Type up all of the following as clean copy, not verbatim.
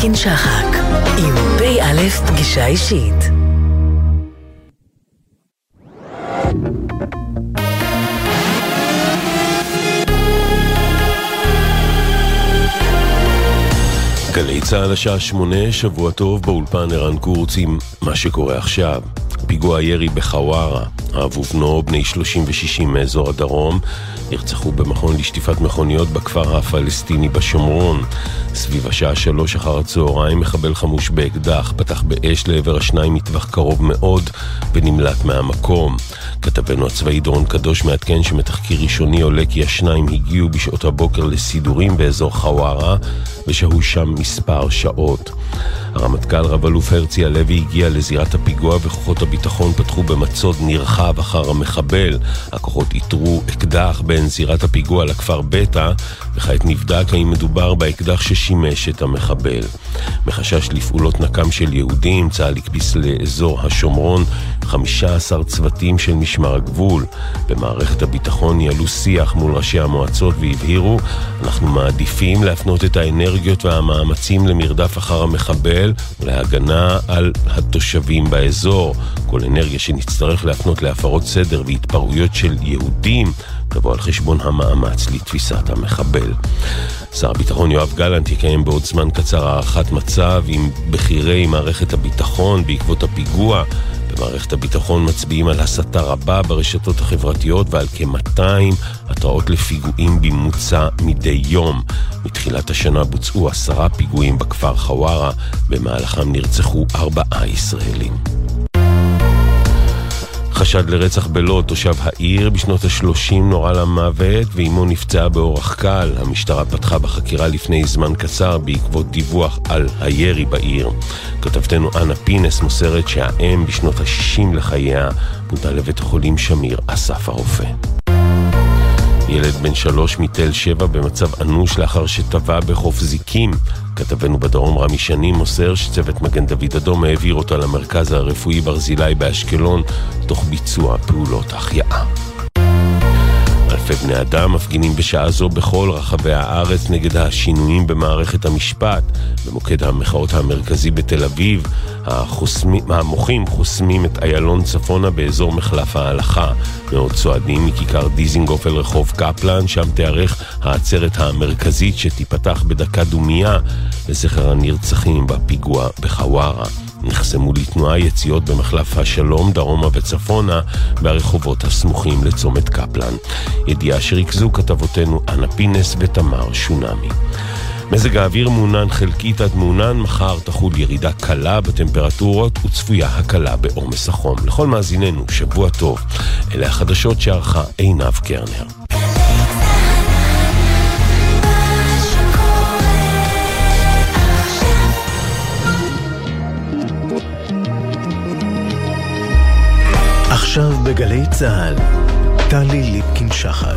ליפקין שחק עם פ"א פגישה אישית. גלי צהל השעה 8, שבוע טוב, באולפן ערן קורץ עם מה שקורה עכשיו. פיגוע ירי בחווארה, אב ובנו בני 36 מאזור הדרום נרצחו במכון לשטיפת מכוניות בכפר הפלסטיני בשומרון. סביב השעה 3 אחר הצהריים מחבל חמוש באקדח פתח באש לעבר השניים מטווח קרוב מאוד ונמלט מהמקום. כתבנו הצבאי דורון קדוש מעדכן שמתחקיר ראשוני עולה כי השניים הגיעו בשעות הבוקר לסידורים באזור חווארה ושהו שם מספר שעות. הרמטכ"ל רב אלוף הרצי הלוי הגיע לזירת הפיגוע וכוחות הביטחון פתחו במצוד נרחב אחר המחבל. הכוחות איתרו אקדח בין זירת הפיגוע לכפר ביתה וכעת נבדק האם מדובר באקדח ששימש את המחבל. מחשש לפעולות נקם של יהודים צה"ל הקביס לאזור השומרון 15 צוותים של משמר הגבול. במערכת הביטחון ניהלו שיח מול ראשי המועצות והבהירו אנחנו מעדיפים להפנות את האנרגיות והמאמצים למרדף אחר המחבל ולהגנה על התושבים באזור. כל אנרגיה שנצטרך להפנות להפרות סדר והתפרעויות של יהודים תבוא על חשבון המאמץ לתפיסת המחבל. שר הביטחון יואב גלנט יקיים בעוד זמן קצר הערכת מצב עם בכירי מערכת הביטחון בעקבות הפיגוע. במערכת הביטחון מצביעים על הסתה רבה ברשתות החברתיות ועל כ-200 התראות לפיגועים בממוצע מדי יום. מתחילת השנה בוצעו 10 פיגועים בכפר חווארה, במהלכם נרצחו 4 ישראלים. חשד לרצח בלוד, תושב העיר בשנות ה-30 נורה למוות ואימו נפצעה באורח קל. המשטרה פתחה בחקירה לפני זמן קצר בעקבות דיווח על הירי בעיר. כתבתנו אנה פינס מוסרת שהאם בשנות ה-60 לחייה פונתה לבית החולים שמיר אסף הרופא. ילד בן 3 מתל 7 במצב אנוש לאחר שטבע בחוף זיקים. כתבנו בדרום רמי שנים מוסר שצוות מגן דוד אדום העביר אותה למרכז הרפואי ברזילי באשקלון תוך ביצוע פעולות החייאה. אלפי בני אדם מפגינים בשעה זו בכל רחבי הארץ נגד השינויים במערכת המשפט. במוקד המחאות המרכזי בתל אביב, המוחים חוסמים את איילון צפונה באזור מחלף ההלכה. מאות צועדים מכיכר דיזינגוף אל רחוב קפלן, שם תארך העצרת המרכזית שתיפתח בדקה דומייה לזכר הנרצחים בפיגוע בחווארה. נחסמו לתנועה יציאות במחלף השלום דרומה וצפונה ברחובות הסמוכים לצומת קפלן. ידיעה שריכזו כתבותינו אנה פינס ותמר שונמי. מזג האוויר מעונן חלקית עד מעונן, מחר תחול ירידה קלה בטמפרטורות וצפויה הקלה בעומס החום. לכל מאזיננו שבוע טוב. אלה החדשות שערכה עינב קרנר. עכשיו בגלי צהל, טלי ליפקין שחק.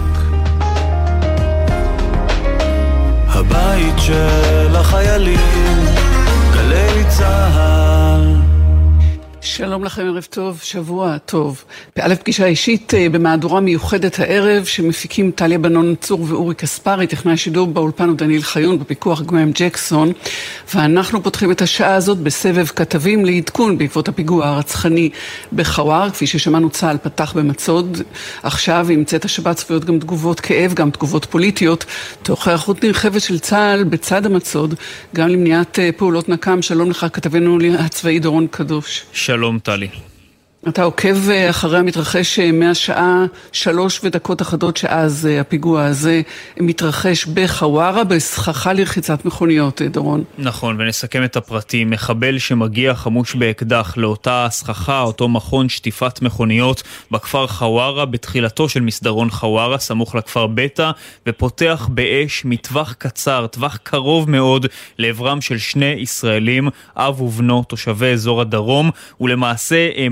הבית של החיילים, גלי צהל. שלום לכם, ערב טוב, שבוע טוב. פ"א פגישה אישית במהדורה מיוחדת הערב שמפיקים טליה בנון צור ואורי קספרי, טכנאי השידור באולפן ודניאל חיון, בפיקוח גמם ג'קסון, ואנחנו פותחים את השעה הזאת בסבב כתבים לעדכון בעקבות הפיגוע הרצחני בחווארה. כפי ששמענו, צה"ל פתח במצוד. עכשיו ימצאת השבת צפויות גם תגובות כאב, גם תגובות פוליטיות, תוך היערכות נרחבת של צה"ל בצד המצוד, גם למניעת פעולות נקם. שלום לך, כתבנו הצבאי דורון קדוש. שלום טלי. אתה עוקב אחרי המתרחש מהשעה 3 ודקות אחדות שאז הפיגוע הזה מתרחש בחווארה בסככה לרחיצת מכוניות, דורון. נכון, ונסכם את הפרטים. מחבל שמגיע חמוש באקדח לאותה סככה, אותו מכון שטיפת מכוניות בכפר חווארה בתחילתו של מסדרון חווארה, סמוך לכפר ביתה, ופותח באש מטווח קצר, טווח קרוב מאוד לעברם של 2 ישראלים, אב ובנו, תושבי אזור הדרום, ולמעשה מגיע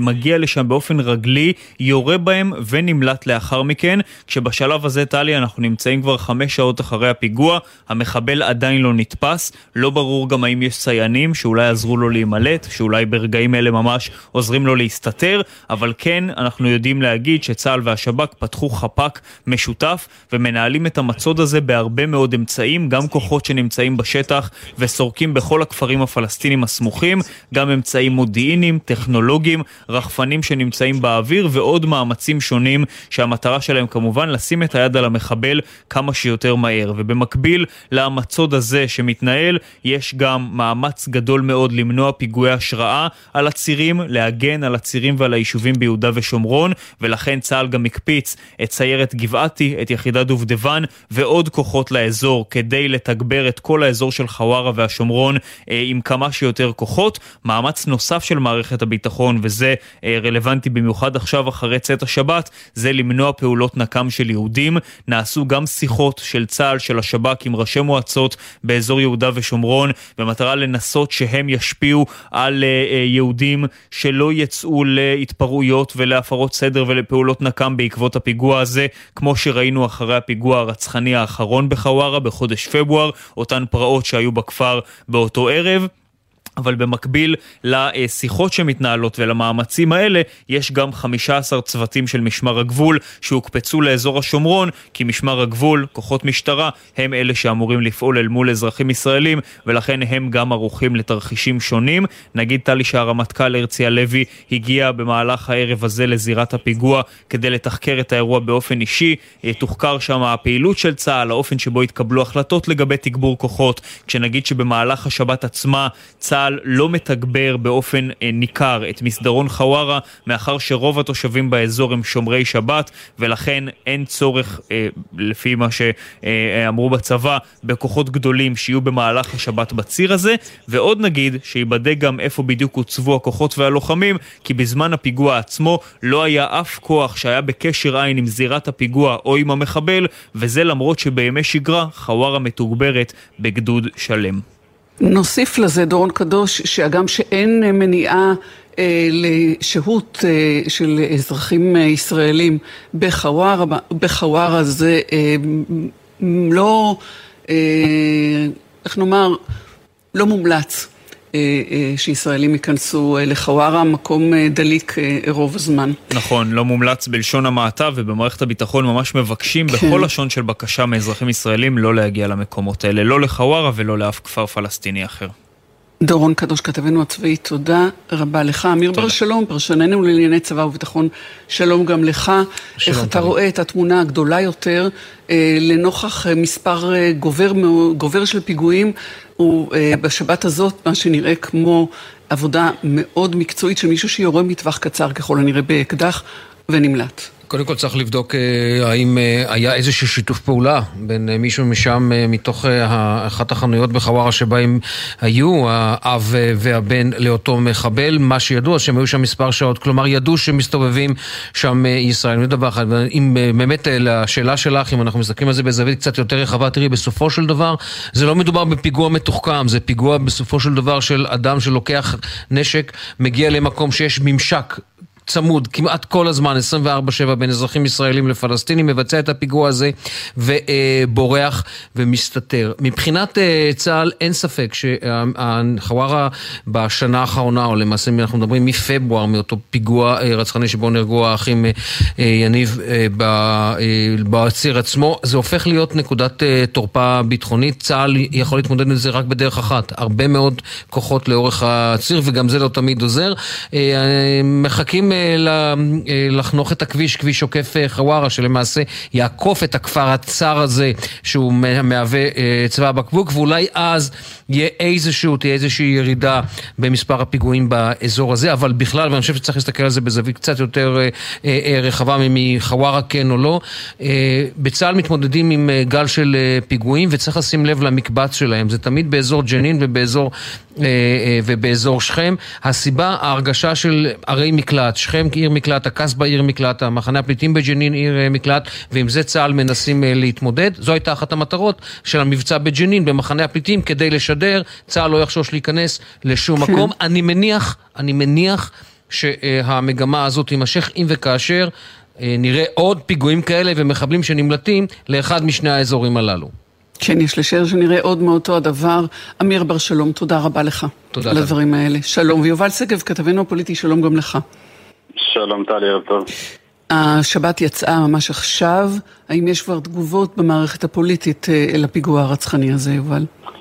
לשם באופן רגלי, יורה בהם ונמלט לאחר מכן. כשבשלב הזה, טלי, אנחנו נמצאים כבר 5 שעות אחרי הפיגוע, המחבל עדיין לא נתפס, לא ברור גם האם יש סיינים שאולי עזרו לו להימלט, שאולי ברגעים אלה ממש עוזרים לו להסתתר, אבל כן, אנחנו יודעים להגיד שצה"ל והשב"כ פתחו חפ"ק משותף ומנהלים את המצוד הזה בהרבה מאוד אמצעים, גם כוחות שנמצאים בשטח וסורקים בכל הכפרים הפלסטינים הסמוכים, גם אמצעים מודיעיניים, טכנולוגיים, רחפנים שנמצאים באוויר ועוד מאמצים שונים שהמטרה שלהם כמובן לשים את היד על המחבל כמה שיותר מהר. ובמקביל למצוד הזה שמתנהל, יש גם מאמץ גדול מאוד למנוע פיגועי השראה על הצירים, להגן על הצירים ועל היישובים ביהודה ושומרון, ולכן צה"ל גם מקפיץ את סיירת גבעתי, את יחידת דובדבן ועוד כוחות לאזור כדי לתגבר את כל האזור של חווארה והשומרון עם כמה שיותר כוחות. מאמץ נוסף של מערכת הביטחון, וזה רלוונטי במיוחד עכשיו אחרי צאת השבת, זה למנוע פעולות נקם של יהודים. נעשו גם שיחות של צה"ל, של השב"כ עם ראשי מועצות באזור יהודה ושומרון, במטרה לנסות שהם ישפיעו על יהודים שלא יצאו להתפרעויות ולהפרות סדר ולפעולות נקם בעקבות הפיגוע הזה, כמו שראינו אחרי הפיגוע הרצחני האחרון בחווארה בחודש פברואר, אותן פרעות שהיו בכפר באותו ערב. אבל במקביל לשיחות שמתנהלות ולמאמצים האלה, יש גם 15 צוותים של משמר הגבול שהוקפצו לאזור השומרון, כי משמר הגבול, כוחות משטרה, הם אלה שאמורים לפעול אל מול אזרחים ישראלים, ולכן הם גם ערוכים לתרחישים שונים. נגיד, טלי, שהרמטכ"ל הרצי הלוי הגיע במהלך הערב הזה לזירת הפיגוע כדי לתחקר את האירוע באופן אישי. תוחקר שם הפעילות של צה"ל, האופן שבו התקבלו החלטות לגבי תגבור כוחות. כשנגיד שבמהלך השבת עצמה צה"ל לא מתגבר באופן ניכר את מסדרון חווארה, מאחר שרוב התושבים באזור הם שומרי שבת, ולכן אין צורך, לפי מה שאמרו בצבא, בכוחות גדולים שיהיו במהלך השבת בציר הזה. ועוד נגיד שיבדק גם איפה בדיוק הוצבו הכוחות והלוחמים, כי בזמן הפיגוע עצמו לא היה אף כוח שהיה בקשר עין עם זירת הפיגוע או עם המחבל, וזה למרות שבימי שגרה חווארה מתוגברת בגדוד שלם. נוסיף לזה, דורון קדוש, שגם שאין מניעה לשהות של אזרחים ישראלים בחווארה זה לא, איך נאמר, לא מומלץ שישראלים ייכנסו לחווארה, מקום דליק רוב הזמן. נכון, לא מומלץ בלשון המעטה, ובמערכת הביטחון ממש מבקשים בכל לשון של בקשה מאזרחים ישראלים לא להגיע למקומות האלה, לא לחווארה ולא לאף כפר פלסטיני אחר. דורון קדוש, כתבנו הצבאי, תודה רבה לך. אמיר בר שלום, פרשננו לענייני צבא וביטחון, שלום גם לך. איך אתה רואה את התמונה הגדולה יותר לנוכח מספר גובר של פיגועים, ובשבת הזאת מה שנראה כמו עבודה מאוד מקצועית של מישהו שיורה מטווח קצר ככל הנראה באקדח ונמלט. קודם כל צריך לבדוק האם היה איזשהו שיתוף פעולה בין מישהו משם מתוך אחת החנויות בחווארה שבה הם היו, האב והבן לאותו מחבל. מה שידוע שהם היו שם מספר שעות, כלומר ידעו שמסתובבים שם ישראלים. זה דבר אחד. אם באמת לשאלה שלך, אם אנחנו מסתכלים על זה בזווית קצת יותר רחבה, תראי, בסופו של דבר זה לא מדובר בפיגוע מתוחכם, זה פיגוע בסופו של דבר של אדם שלוקח נשק, מגיע למקום שיש ממשק צמוד, כמעט כל הזמן, 24/7 בין אזרחים ישראלים לפלסטינים, מבצע את הפיגוע הזה ובורח ומסתתר. מבחינת צה"ל אין ספק שהחווארה בשנה האחרונה, או למעשה אנחנו מדברים מפברואר, מאותו פיגוע רצחני שבו נהרגו האחים יניב בציר עצמו, זה הופך להיות נקודת תורפה ביטחונית. צה"ל יכול להתמודד עם זה רק בדרך אחת, הרבה מאוד כוחות לאורך הציר, וגם זה לא תמיד עוזר. מחכים לחנוך את הכביש, כביש עוקף חווארה, שלמעשה יעקוף את הכפר הצר הזה שהוא מהווה צבא הבקבוק, ואולי אז תהיה איזושהי ירידה במספר הפיגועים באזור הזה, אבל בכלל, ואני חושב שצריך להסתכל על זה בזווית קצת יותר רחבה מחווארה כן או לא. בצה"ל מתמודדים עם גל של פיגועים, וצריך לשים לב למקבץ שלהם. זה תמיד באזור ג'נין ובאזור שכם. הסיבה, ההרגשה של ערי מקלט, שכם כעיר מקלט, הקסבה עיר מקלט, המחנה הפליטים בג'נין עיר מקלט, ועם זה צה"ל מנסים להתמודד. זו הייתה אחת המטרות של המבצע בג'נין, במחנה הפליטים, כדי לשדר, צה"ל לא יחשוש להיכנס לשום מקום. אני מניח שהמגמה הזאת תימשך אם וכאשר נראה עוד פיגועים כאלה ומחבלים שנמלטים לאחד משני האזורים הללו. כן, יש לשער שנראה עוד מאותו הדבר. אמיר בר שלום, תודה רבה לך. תודה על הדברים האלה. שלום, ויובל סגב, כתבנו הפוליטי, שלום גם לך. שלום טלי, ערב טוב. השבת יצאה ממש עכשיו. האם יש כבר תגובות במערכת הפוליטית לפיגוע הרצחני הזה, יובל?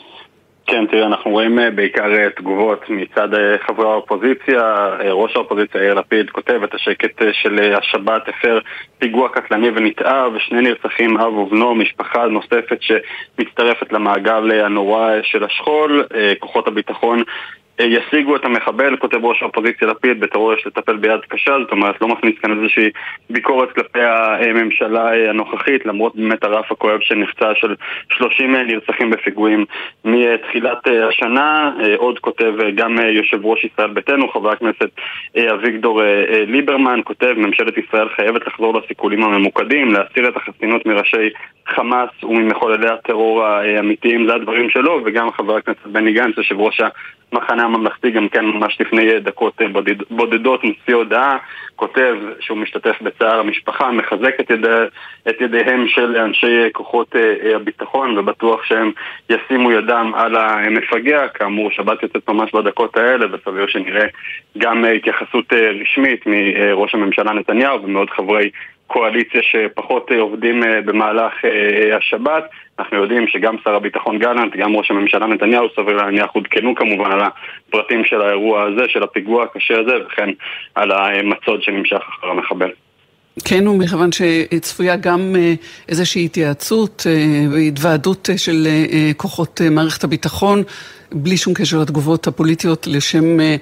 כן, תראה, אנחנו רואים בעיקר תגובות מצד חברי האופוזיציה. ראש האופוזיציה יאיר לפיד כותב את השקט של השבת הפר פיגוע קטלני ונתעב, ושני נרצחים, אב ובנו, משפחה נוספת שמצטרפת למעגל הנורא של השכול. כוחות הביטחון ישיגו את המחבל, כותב ראש האופוזיציה לפיד, בטרור יש לטפל ביד קשה, זאת אומרת לא מכניס כאן איזושהי ביקורת כלפי הממשלה הנוכחית, למרות באמת הרף הכואב שנחצה של 30 נרצחים בפיגועים מתחילת השנה. עוד כותב גם יושב ראש ישראל ביתנו, חבר הכנסת אביגדור ליברמן, כותב ממשלת ישראל חייבת לחזור לסיכולים הממוקדים, להסיר את החסינות מראשי חמאס וממחוללי הטרור האמיתיים, זה הדברים שלו. וגם חבר הכנסת בני גנץ, יושב ראש המחנה הממלכתי, גם כן ממש לפני דקות בודדות מוציא הודעה, כותב שהוא משתתף בצער המשפחה, מחזק את ידיהם של אנשי כוחות הביטחון, ובטוח שהם ישימו ידם על המפגע. כאמור, שבת יוצאת ממש בדקות האלה, וסביר שנראה גם התייחסות רשמית מראש הממשלה נתניהו ומעוד חברי קואליציה שפחות עובדים במהלך השבת. אנחנו יודעים שגם שר הביטחון גלנט, גם ראש הממשלה נתניהו, סביר להניח, עודכנו כמובן על הפרטים של האירוע הזה, של הפיגוע הקשה הזה, וכן על המצוד שנמשך אחר המחבל. כן, ומכיוון שצפויה גם איזושהי התייעצות והתוועדות של כוחות מערכת הביטחון, בלי שום קשר לתגובות הפוליטיות, לשם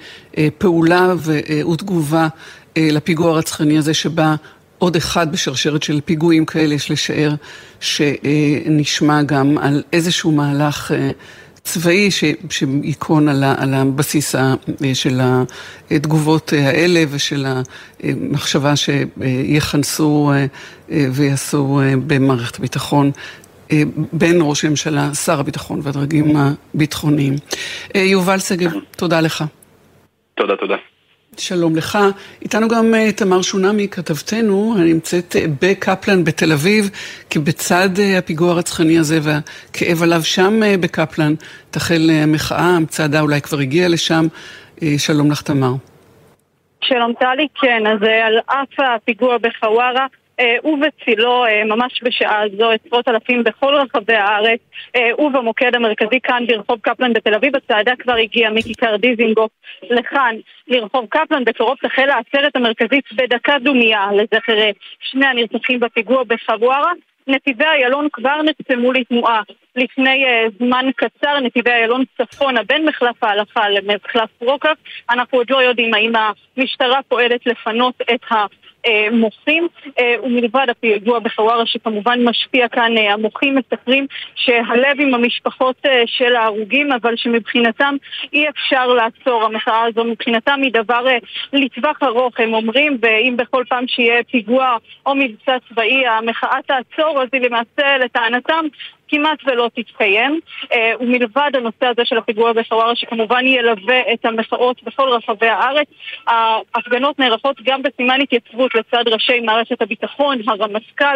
פעולה ותגובה לפיגוע הרצחני הזה, שבה עוד אחד בשרשרת של פיגועים כאלה. יש לשער שנשמע גם על איזשהו מהלך צבאי שיקון על הבסיס של התגובות האלה ושל המחשבה שיחנסו ויעשו במערכת הביטחון בין ראש הממשלה, שר הביטחון והדרגים הביטחוניים. יובל סגב, תודה לך. תודה. שלום לך. איתנו גם תמר שונמי, כתבתנו, הנמצאת בקפלן בתל אביב, כי בצד הפיגוע הרצחני הזה והכאב עליו שם בקפלן, תחל המחאה, המצעדה אולי כבר הגיעה לשם. שלום לך תמר. שלום טלי, כן, אז על אף הפיגוע בחווארה, ובצילו ממש בשעה זו עשרות אלפים בכל רחבי הארץ, ובמוקד המרכזי כאן ברחוב קפלן בתל אביב, הצעדה כבר הגיעה מכיכר דיזינגוף לכאן לרחוב קפלן. בקרוב תחל העצרת המרכזית בדקה דומייה לזכר שני הנרצחים בפיגוע בחווארה. נתיבי איילון כבר נחסמו לתנועה לפני זמן קצר, נתיבי איילון צפונה בין מחלף ההלכה למחלף רוקף. אנחנו עוד לא יודעים האם המשטרה פועלת לפנות את המוחים, ומלבד הפיגוע בחווארה שכמובן משפיע כאן, המוחים מספרים שהלב עם המשפחות של ההרוגים, אבל שמבחינתם אי אפשר לעצור. המחאה הזו מבחינתם היא דבר לטווח ארוך, הם אומרים, ואם בכל פעם שיהיה פיגוע או מבצע צבאי המחאה תעצור, אז היא למעשה לטענתם כמעט ולא תתקיים. ומלבד הנושא הזה של הפיגוע בחווארה שכמובן ילווה את המחאות בכל רחבי הארץ, ההפגנות נערכות גם בסימן התייצבות לצד ראשי מערכת הביטחון, הרמטכ"ל,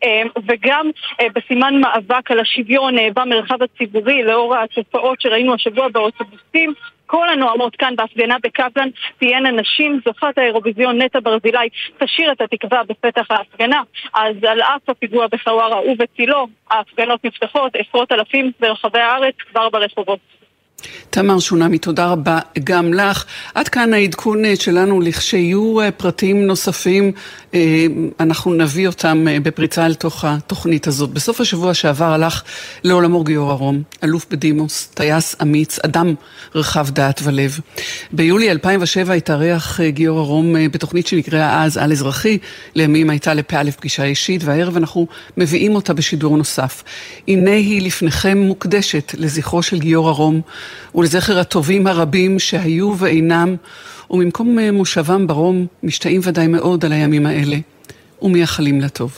וגם בסימן מאבק על השוויון במרחב הציבורי לאור התופעות שראינו השבוע באוטובוסים. כל הנואמות כאן בהפגנה בקפלן תהיינה נשים. זוכת האירוויזיון נטע ברזילי תשיר את התקווה בפתח ההפגנה. אז על אף הפיגוע בחווארה ובצילו, ההפגנות נפתחות, עשרות אלפים ברחבי הארץ כבר ברחובות. תמר שונמי, תודה רבה גם לך. עד כאן העדכון שלנו. לכשיהיו פרטים נוספים, אנחנו נביא אותם בפריצה אל תוך התוכנית הזאת. בסוף השבוע שעבר הלך לעולמו גיורא רום, אלוף בדימוס, טייס אמיץ, אדם רחב דעת ולב. ביולי 2007 התארח גיורא רום בתוכנית שנקראה אז על אזרחי, לימים הייתה לפאלף פגישה אישית, והערב אנחנו מביאים אותה בשידור נוסף. הנה היא לפניכם מוקדשת לזכרו של גיורא רום, ולזכר הטובים הרבים שהיו ואינם, וממקום מושבם ברום משתאים ודאי מאוד על הימים האלה, ומייחלים לטוב.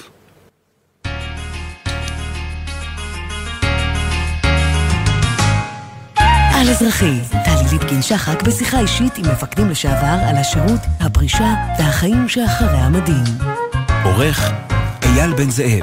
על אזרחי, טלי דוד גיל שחק בשיחה אישית עם מפקדים לשעבר על השירות, הפרישה והחיים שאחרי המדים. עורך אייל בן זאב.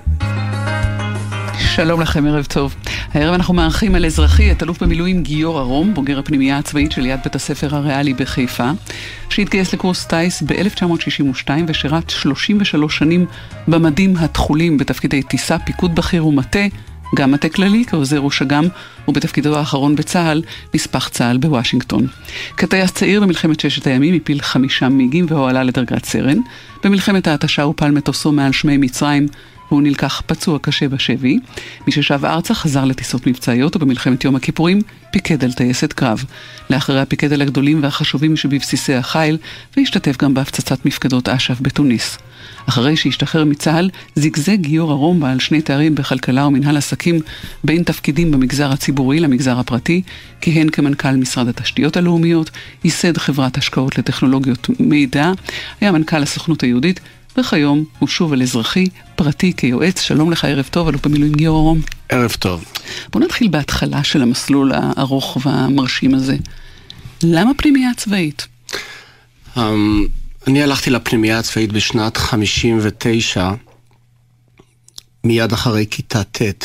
שלום לכם, ערב טוב. הערב אנחנו מארחים על אזרחי את אלוף במילואים גיורא רום, בוגר הפנימייה הצבאית של יד בית הספר הריאלי בחיפה, שהתגייס לקורס טייס ב-1962 ושירת 33 שנים במדים התחולים בתפקידי טיסה, פיקוד בכיר ומטה, גם מטה כללי כעוזר ראש אג"ם, ובתפקידו האחרון בצה"ל, נספח צה"ל בוושינגטון. כטייס צעיר במלחמת ששת הימים הפיל 5 מיגים והועלה לדרגת סרן. במלחמת ההתשה הופל מטוסו מעל שמי מצרים, והוא נלקח פצוע קשה בשבי. מי ששב ארצה חזר לטיסות מבצעיות, ובמלחמת יום הכיפורים פיקד על טייסת קרב. לאחריה פיקד על הגדולים והחשובים שבבסיסי החיל, והשתתף גם בהפצצת מפקדות אש"ף בתוניס. אחרי שהשתחרר מצה"ל, זיגזג גיורא רום בעל 2 תארים בכלכלה ומנהל עסקים בין תפקידים במגזר הציבורי למגזר הפרטי, כיהן כמנכ"ל משרד התשתיות הלאומיות, ייסד חברת השקעות לטכנולוגיות מידע, היה מנכ"ל הסוכנות היהודית, וכיום הוא שוב על אזרחי פרטי כיועץ. שלום לך, ערב טוב, אלוף במילואים גיורא רום. ערב טוב. בוא נתחיל בהתחלה של המסלול הארוך והמרשים הזה. למה פנימייה צבאית? אני הלכתי לפנימייה הצבאית בשנת 59, מיד אחרי כיתה ט',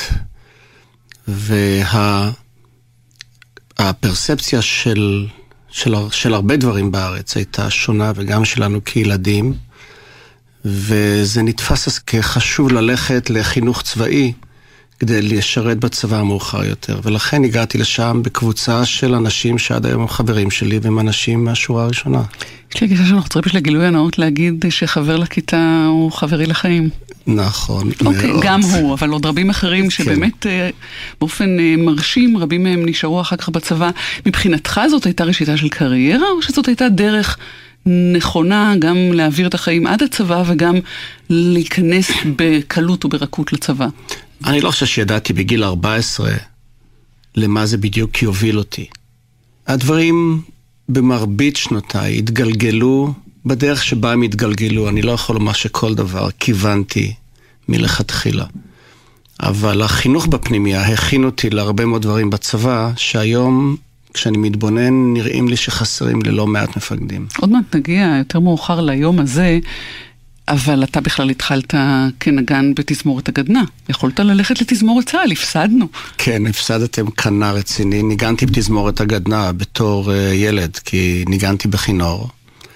והפרספציה של הרבה דברים בארץ הייתה שונה, וגם שלנו כילדים, וזה נתפס כחשוב ללכת לחינוך צבאי כדי לשרת בצבא המאוחר יותר, ולכן הגעתי לשם בקבוצה של אנשים שעד היום הם חברים שלי, והם אנשים מהשורה הראשונה. יש לי גישה שאנחנו צריכים לגילוי הנאות להגיד שחבר לכיתה הוא חברי לחיים. נכון. אוקיי, גם הוא, אבל עוד רבים אחרים שבאמת באופן מרשים, רבים מהם נשארו אחר כך בצבא. מבחינתך זאת הייתה ראשיתה של קריירה, או שזאת הייתה דרך נכונה גם להעביר את החיים עד הצבא וגם להיכנס בקלות וברכות לצבא? אני לא חושב שידעתי בגיל 14 למה זה בדיוק יוביל אותי. הדברים במרבית שנותיי התגלגלו בדרך שבה הם התגלגלו. אני לא יכול לומר שכל דבר כיוונתי מלכתחילה. אבל החינוך בפנימיה הכין אותי להרבה מאוד דברים בצבא, שהיום כשאני מתבונן נראים לי שחסרים ללא מעט מפקדים. עוד מעט נגיע יותר מאוחר ליום הזה, אבל אתה בכלל התחלת כנגן בתזמורת הגדנ"ע. יכולת ללכת לתזמורת צה"ל, הפסדנו. כן, הפסדתם קנה רציני. ניגנתי בתזמורת הגדנ"ע בתור ילד, כי ניגנתי בכינור.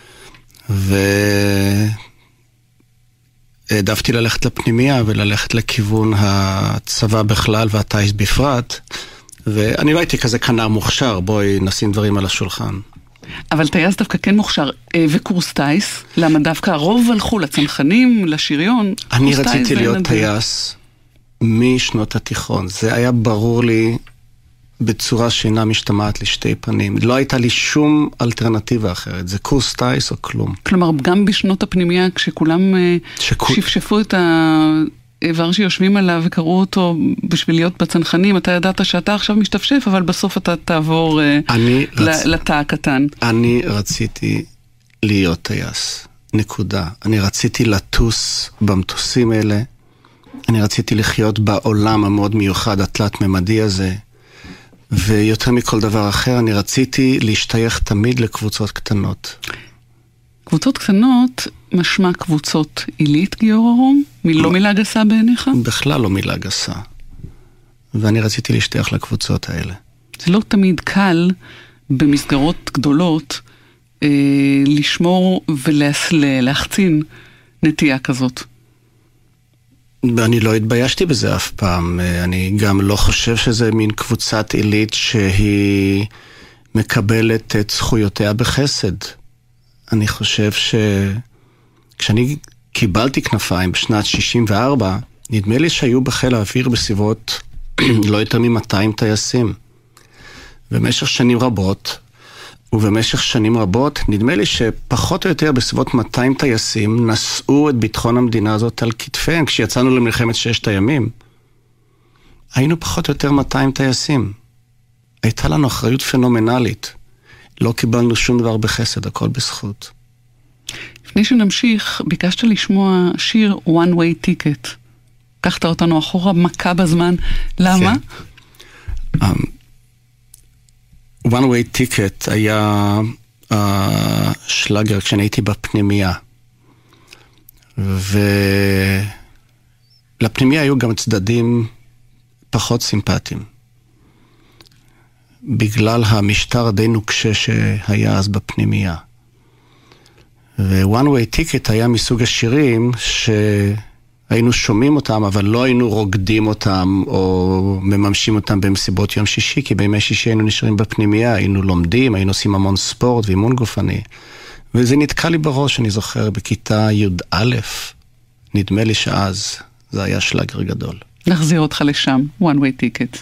והעדפתי ללכת לפנימיה וללכת לכיוון הצבא בכלל והטייס בפרט. ואני לא הייתי כזה קנה מוכשר, בואי נשים דברים על השולחן. אבל טייס דווקא כן מוכשר, וקורס טייס, למה דווקא הרוב הלכו לצנחנים, לשריון? אני רציתי להיות טייס משנות התיכון. זה היה ברור לי בצורה שאינה משתמעת לשתי פנים. לא הייתה לי שום אלטרנטיבה אחרת. זה קורס טייס או כלום. כלומר, גם בשנות הפנימיה, כשכולם שפשפו את האיבר שיושבים עליו וקראו אותו בשביל להיות בצנחנים, אתה ידעת שאתה עכשיו משתפשף, אבל בסוף אתה תעבור לתא הקטן. אני רציתי להיות טייס. נקודה. אני רציתי לטוס במטוסים האלה. אני רציתי לחיות בעולם המאוד מיוחד, התלת-ממדי הזה. ויותר מכל דבר אחר, אני רציתי להשתייך תמיד לקבוצות קטנות. קבוצות קטנות, משמע קבוצות עילית, גיורא רום? לא מילה גסה בעיניך? בכלל לא מילה גסה. ואני רציתי להשתייך לקבוצות האלה. זה לא תמיד קל במסגרות גדולות לשמור ולהחצין נטייה כזאת. אני לא התביישתי בזה אף פעם. אני גם לא חושב שזה מין קבוצת עילית שהיא מקבלת את זכויותיה בחסד. אני חושב שכשאני קיבלתי כנפיים בשנת 64, נדמה לי שהיו בחיל האוויר בסביבות לא יותר מ-200 טייסים. במשך שנים רבות, ובמשך שנים רבות, נדמה לי שפחות או יותר בסביבות 200 טייסים נשאו את ביטחון המדינה הזאת על כתפיהם. כשיצאנו למלחמת ששת הימים, היינו פחות או יותר 200 טייסים. הייתה לנו אחריות פנומנלית. לא קיבלנו שום דבר בחסד, הכל בזכות. לפני שנמשיך, ביקשת לשמוע שיר One Way Ticket. קחת אותנו אחורה, מכה בזמן. למה? כן. One Way Ticket היה שלאגר כשאני הייתי בפנימיה. ולפנימיה היו גם צדדים פחות סימפטיים. בגלל המשטר די נוקשה שהיה אז בפנימיה. ו-One Way Ticket היה מסוג השירים שהיינו שומעים אותם, אבל לא היינו רוקדים אותם או מממשים אותם במסיבות יום שישי, כי בימי שישי היינו נשארים בפנימיה, היינו לומדים, היינו עושים המון ספורט ואימון גופני. וזה נתקע לי בראש, אני זוכר, בכיתה י"א, נדמה לי שאז זה היה שלאגר גדול. נחזיר אותך לשם, One Way Ticket.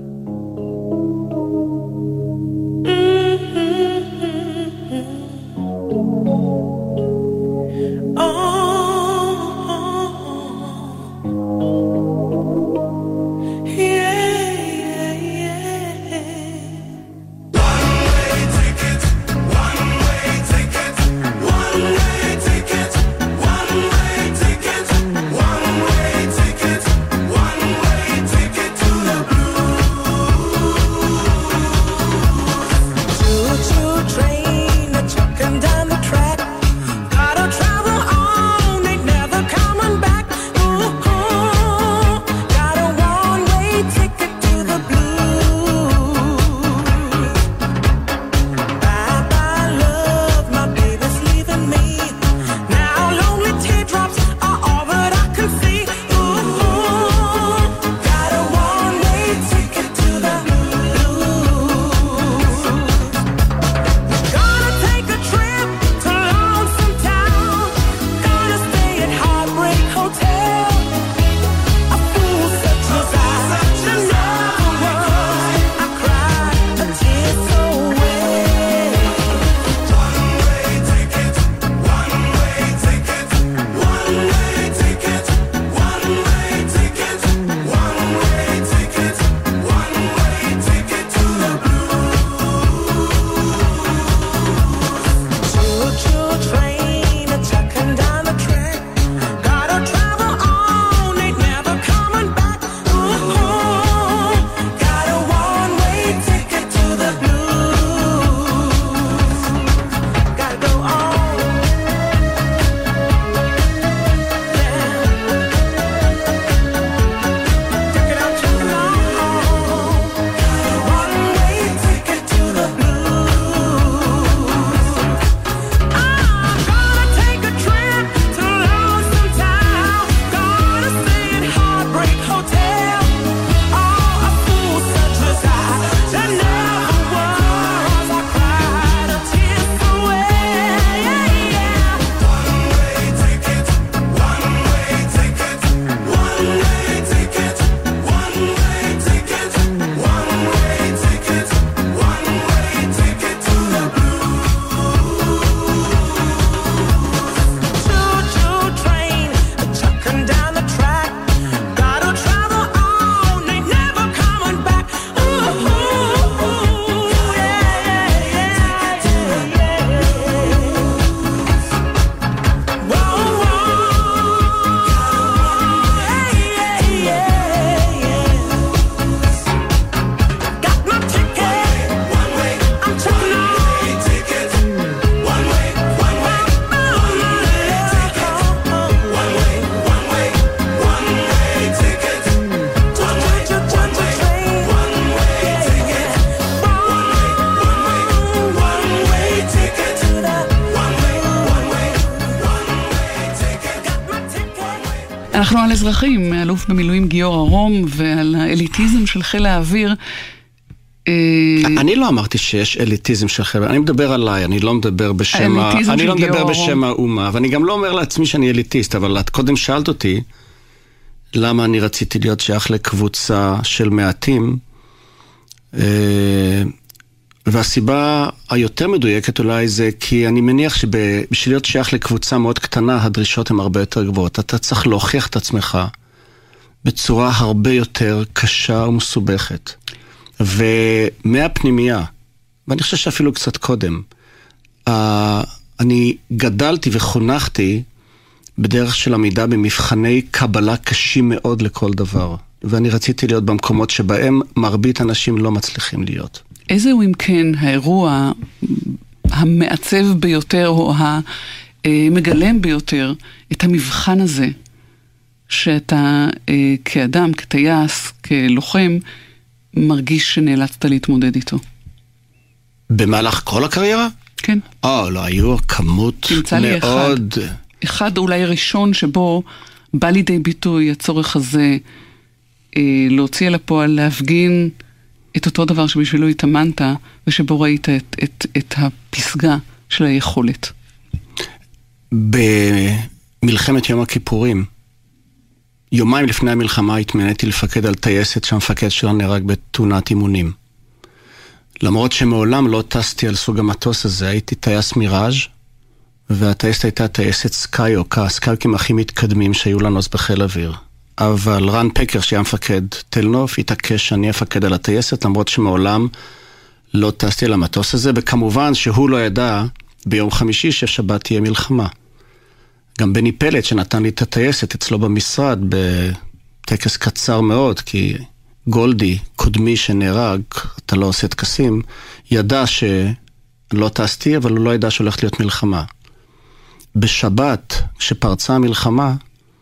אנחנו על אזרחים, אלוף במילואים גיורא רום, ועל האליטיזם של חיל האוויר. אני לא אמרתי שיש אליטיזם של חיל האוויר, אני מדבר עליי, אני לא מדבר בשם האומה, ואני גם לא אומר לעצמי שאני אליטיסט, אבל את קודם שאלת אותי, למה אני רציתי להיות שייך לקבוצה של מעטים, והסיבה היותר מדויקת אולי זה כי אני מניח שבשביל להיות שייך לקבוצה מאוד קטנה, הדרישות הן הרבה יותר גבוהות. אתה צריך להוכיח את עצמך בצורה הרבה יותר קשה ומסובכת. ומהפנימיה, ואני חושב שאפילו קצת קודם, אני גדלתי וחונכתי בדרך של עמידה במבחני קבלה קשים מאוד לכל דבר. ואני רציתי להיות במקומות שבהם מרבית אנשים לא מצליחים להיות. איזהו אם כן האירוע המעצב ביותר או המגלם ביותר את המבחן הזה שאתה כאדם, כטייס, כלוחם, מרגיש שנאלצת להתמודד איתו? במהלך כל הקריירה? כן. לא, היו כמות מאוד... אחד אולי הראשון שבו בא לידי ביטוי הצורך הזה להוציא אל הפועל, להפגין את אותו דבר שבשבילו התאמנת, ושבו ראית את הפסגה של היכולת. במלחמת יום הכיפורים, יומיים לפני המלחמה התמניתי לפקד על טייסת שהמפקד שלה נהרג בתאונת אימונים. למרות שמעולם לא טסתי על סוג המטוס הזה, הייתי טייס מיראז' והטייסת הייתה טייסת סקיוק, הסקיוקים הכי מתקדמים שהיו לנו אז בחיל אוויר. אבל רן פקר שהיה מפקד תל נוף התעקש שאני אפקד על הטייסת, למרות שמעולם לא טסתי על המטוס הזה, וכמובן שהוא לא ידע ביום חמישי ששבת תהיה מלחמה. גם בני פלט שנתן לי את הטייסת אצלו במשרד בטקס קצר מאוד, כי גולדי, קודמי שנהרג, אתה לא עושה טקסים, ידע שלא טסתי, אבל הוא לא ידע שהולכת להיות מלחמה. בשבת, כשפרצה המלחמה,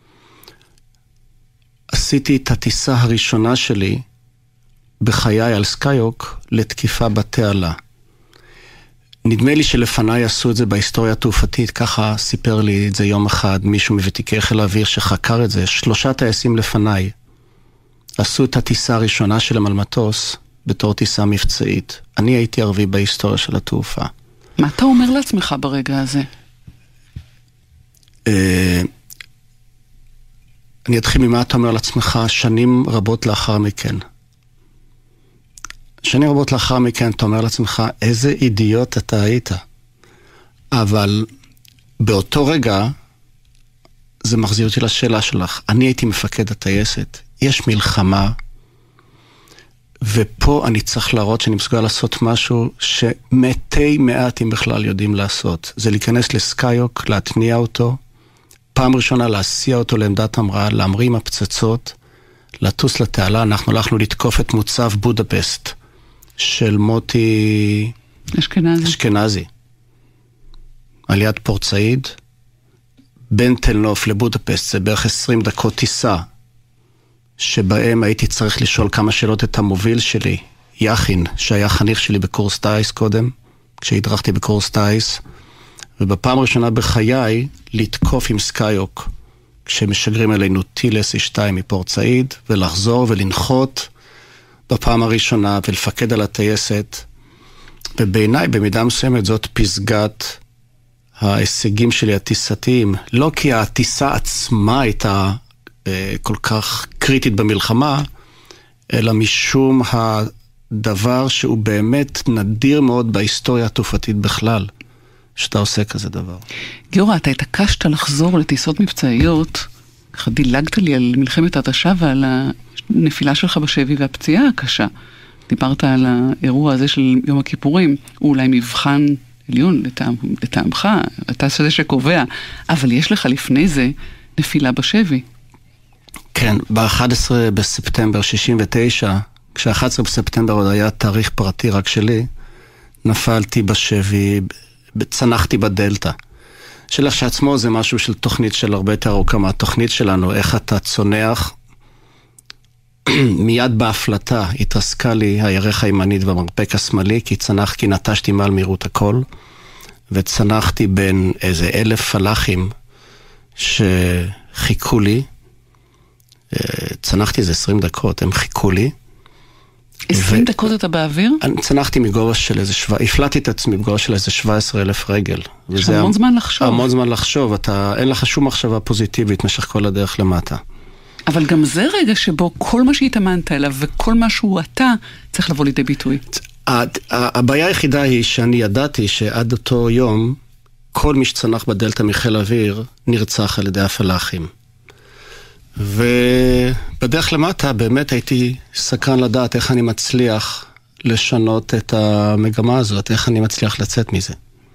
עשיתי את הטיסה הראשונה שלי בחיי על סקיוק לתקיפה בתעלה. נדמה לי שלפניי עשו את זה בהיסטוריה התעופתית, ככה סיפר לי את זה יום אחד מישהו מוותיקי חיל האוויר שחקר את זה, 3 טייסים לפניי עשו את הטיסה הראשונה שלהם על מטוס בתור טיסה מבצעית. אני הייתי ערבי בהיסטוריה של התעופה. מה אתה אומר לעצמך ברגע הזה? אני אתחיל ממה אתה אומר לעצמך שנים רבות לאחר מכן. שנים רבות לאחר מכן אתה אומר לעצמך, איזה אידיוט אתה היית. אבל באותו רגע, זה מחזיר אותי לשאלה שלך. אני הייתי מפקד הטייסת, יש מלחמה, ופה אני צריך להראות שאני מסוגל לעשות משהו שמתי מעטים בכלל יודעים לעשות. זה להיכנס לסקיוק, להתניע אותו, פעם ראשונה להסיע אותו לעמדת המראה, להמריא עם הפצצות, לטוס לתעלה. אנחנו הלכנו לתקוף את מוצב בודפסט של מוטי אשכנזי. על יד פורט סעיד, בין תל נוף לבודפסט, זה בערך 20 דקות טיסה, שבהם הייתי צריך לשאול כמה שאלות את המוביל שלי, יחין, שהיה חניך שלי בקורס טייס קודם, כשהדרכתי בקורס טייס, ובפעם הראשונה בחיי לתקוף עם סקיוק, כשמשגרים אלינו טילס E2 מפורט סעיד, ולחזור ולנחות בפעם הראשונה, ולפקד על הטייסת, ובעיניי במידה מסוימת זאת פסגת ההישגים שלי הטיסתיים, לא כי הטיסה עצמה הייתה כל כך קריטית במלחמה, אלא משום הדבר שהוא באמת נדיר מאוד בהיסטוריה התעופתית בכלל, שאתה עושה כזה דבר. גיורא, אתה התעקשת לחזור לטיסות מבצעיות, ככה דילגת לי על מלחמת ההתשה ועל הנפילה שלך בשבי והפציעה הקשה. דיברת על האירוע הזה של יום הכיפורים, הוא אולי מבחן עליון לטעמך, אתה זה שקובע, אבל יש לך לפני זה נפילה בשבי. כן, ב-11 בספטמבר 69, כש-11 בספטמבר עוד היה תאריך פרטי רק שלי, נפלתי בשבי, צנחתי בדלטה. שלעצמו זה משהו של תוכנית של הרבה יותר ארוכה מהתוכנית שלנו, איך אתה צונח. מיד בהפלטה התרסקה לי הירך הימנית במרפק השמאלי, כי נטשתי מעל מהירות הכל, וצנחתי בין איזה 1,000 פלחים שחיכו לי, צנחתי איזה 20 דקות, הם חיכו לי. 20 דקות אתה באוויר? אני צנחתי מגובה של איזה, הפלטתי את עצמי בגובה של איזה 17,000 רגל. יש המון זמן לחשוב. המון זמן לחשוב, אין לך שום מחשבה פוזיטיבית משך כל הדרך למטה. אבל גם זה רגע שבו כל מה שהתאמנת אליו וכל מה שהוא אתה צריך לבוא לידי ביטוי. הבעיה היחידה היא שאני ידעתי שעד אותו יום כל מי שצנח בדלטה מחיל אוויר נרצח על ידי הפלחים. ובדרך למטה באמת הייתי סקרן לדעת איך אני מצליח לשנות את המגמה הזאת, איך אני מצליח לצאת מזה.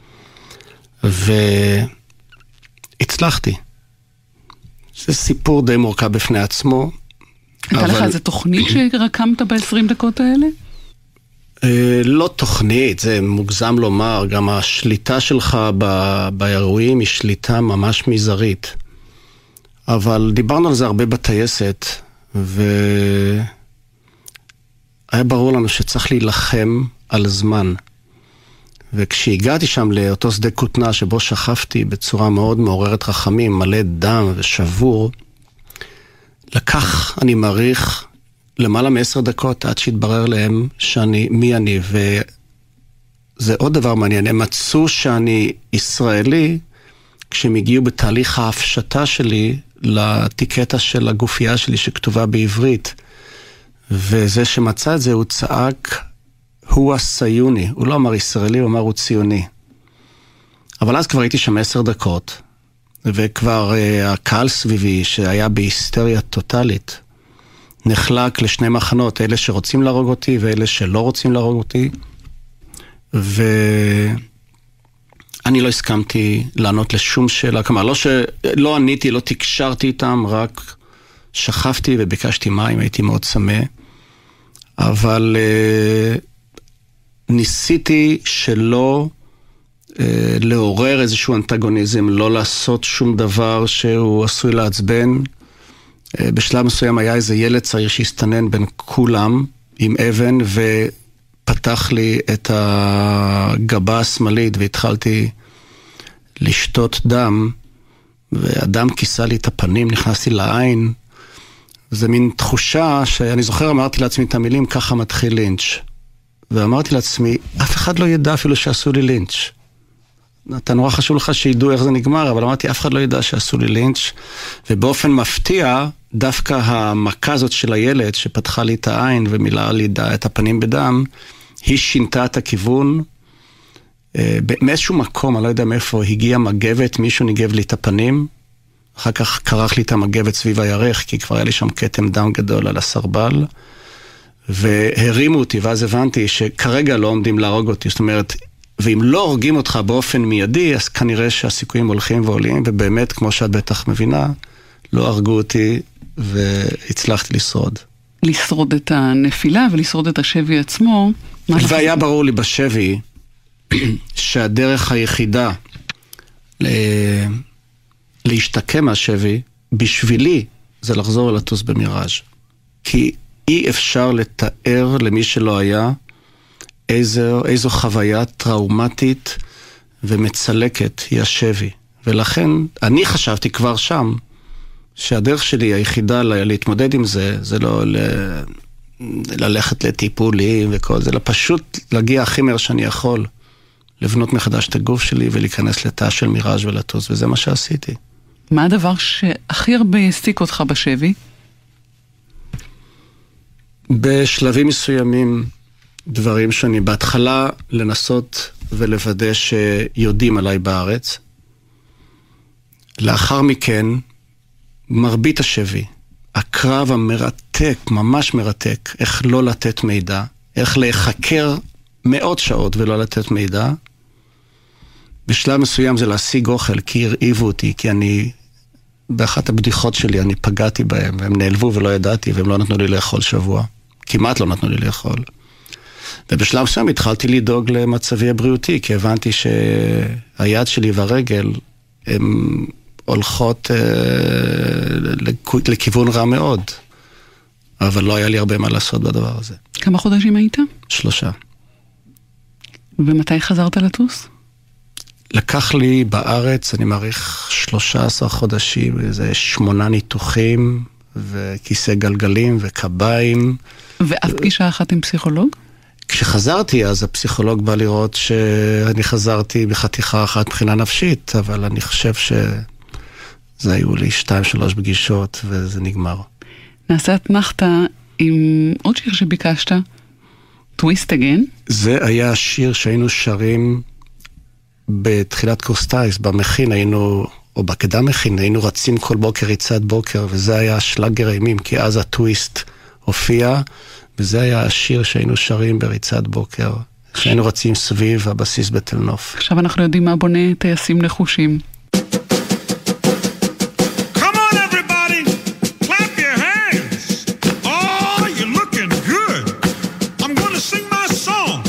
והצלחתי. זה סיפור די מורכב בפני עצמו. הייתה לך איזה תוכנית שרקמת ב-20 דקות האלה? לא תוכנית, זה מוגזם לומר, גם השליטה שלך באירועים היא שליטה ממש מזערית. אבל דיברנו על זה הרבה בטייסת, והיה ברור לנו שצריך להילחם על זמן. וכשהגעתי שם לאותו שדה כותנה שבו שכבתי בצורה מאוד מעוררת רחמים, מלא דם ושבור, לקח, אני מעריך, למעלה מ10 דקות עד שהתברר להם מי אני, וזה עוד דבר מעניין, הם מצאו שאני ישראלי, כשהם הגיעו בתהליך ההפשטה שלי לטיקטה של הגופייה שלי שכתובה בעברית, וזה שמצא את זה הוא צעק, הוא הסיוני, הוא לא אמר ישראלי, הוא אמר הוא ציוני. אבל אז כבר הייתי שם 10 דקות, וכבר הקהל סביבי שהיה בהיסטריה טוטלית, נחלק לשני מחנות, אלה שרוצים להרוג אותי ואלה שלא רוצים להרוג אותי. ואני לא הסכמתי לענות לשום שאלה, כלומר, לא עניתי, לא תקשרתי איתם, רק שכבתי וביקשתי מים, הייתי מאוד צמא. אבל ניסיתי שלא לעורר איזשהו אנטגוניזם, לא לעשות שום דבר שהוא עשוי לעצבן. בשלב מסוים היה איזה ילד צעיר שהסתנן בין כולם עם אבן ופתח לי את הגבה השמאלית והתחלתי לשתות דם והדם כיסה לי את הפנים, נכנסתי לעין. זה מין תחושה שאני זוכר, אמרתי לעצמי את המילים, ככה מתחיל לינץ'. ואמרתי לעצמי, אף אחד לא ידע אפילו שעשו לי לינץ'. אתה נורא חשוב לך שידעו איך זה נגמר, אבל אמרתי, אף אחד לא ידע שעשו לי לינץ'. ובאופן מפתיע, דווקא המכה הזאת של הילד שפתחה לי את העין ומילאה לי את הפנים בדם, היא שינתה את הכיוון. מאיזשהו מקום, אני לא יודע מאיפה, הגיעה מגבת, מישהו ניגב לי את הפנים, אחר כך קרח לי את המגבת סביב הירך, כי כבר היה לי שם כתם דם גדול על הסרבל, והרימו אותי, ואז הבנתי שכרגע לא עומדים להרוג אותי, זאת אומרת, ואם לא הורגים אותך באופן מיידי, אז כנראה שהסיכויים הולכים ועולים, ובאמת, כמו שאת בטח מבינה, לא הרגו אותי, והצלחתי לשרוד. לשרוד את הנפילה ולשרוד את השבי עצמו. והיה ברור לי בשבי, שהדרך היחידה להשתקם מהשבי, בשבילי, זה לחזור לטוס במיראז'. כי אי אפשר לתאר למי שלא היה איזו חוויה טראומטית ומצלקת היא השבי. ולכן אני חשבתי כבר שם שהדרך שלי היחידה להתמודד עם זה, זה לא ללכת לטיפולים וכל זה, אלא פשוט להגיע הכי מהר שאני יכול, לבנות מחדש את הגוף שלי ולהיכנס לתא של מיראז' ולטוס, וזה מה שעשיתי. מה הדבר שהכי הרבה העסיק אותך בשבי? בשלבים מסוימים, דברים שאני בהתחלה לנסות ולוודא שיודעים עליי בארץ. לאחר מכן, מרבית השבי, הקרב המרתק, ממש מרתק, איך לא לתת מידע, איך להיחקר מאות שעות ולא לתת מידע. בשלב מסוים זה להשיג אוכל, כי הרעיבו אותי, כי באחת הבדיחות שלי אני פגעתי בהם, והם נעלבו ולא ידעתי, והם לא נתנו לי לאכול שבוע. כמעט לא נתנו לי לאכול. ובשלב מסוים התחלתי לדאוג למצבי הבריאותי, כי הבנתי שהיד שלי והרגל הן הולכות לכיוון רע מאוד. אבל לא היה לי הרבה מה לעשות בדבר הזה. כמה חודשים היית? 3. ומתי חזרת לטוס? לקח לי בארץ, אני מעריך 13 חודשים, איזה 8 ניתוחים, וכיסא גלגלים וקביים. ואף פגישה אחת עם פסיכולוג? כשחזרתי, אז הפסיכולוג בא לראות שאני חזרתי בחתיכה אחת מבחינה נפשית, אבל אני חושב שזה היו לי 2-3 פגישות, וזה נגמר. נעשה אתנחתה עם עוד שיר שביקשת, Twist Again. זה היה השיר שהיינו שרים בתחילת קורס טייס, במכין היינו, או בקדם מכין, היינו רצים כל בוקר ריצת בוקר, וזה היה שלאגר אימים, כי אז הטוויסט הופיע, וזה היה השיר שהיינו שרים בריצת בוקר, שהיינו רצים סביב הבסיס בתל נוף. עכשיו אנחנו יודעים מה בונה טייסים נחושים. Song.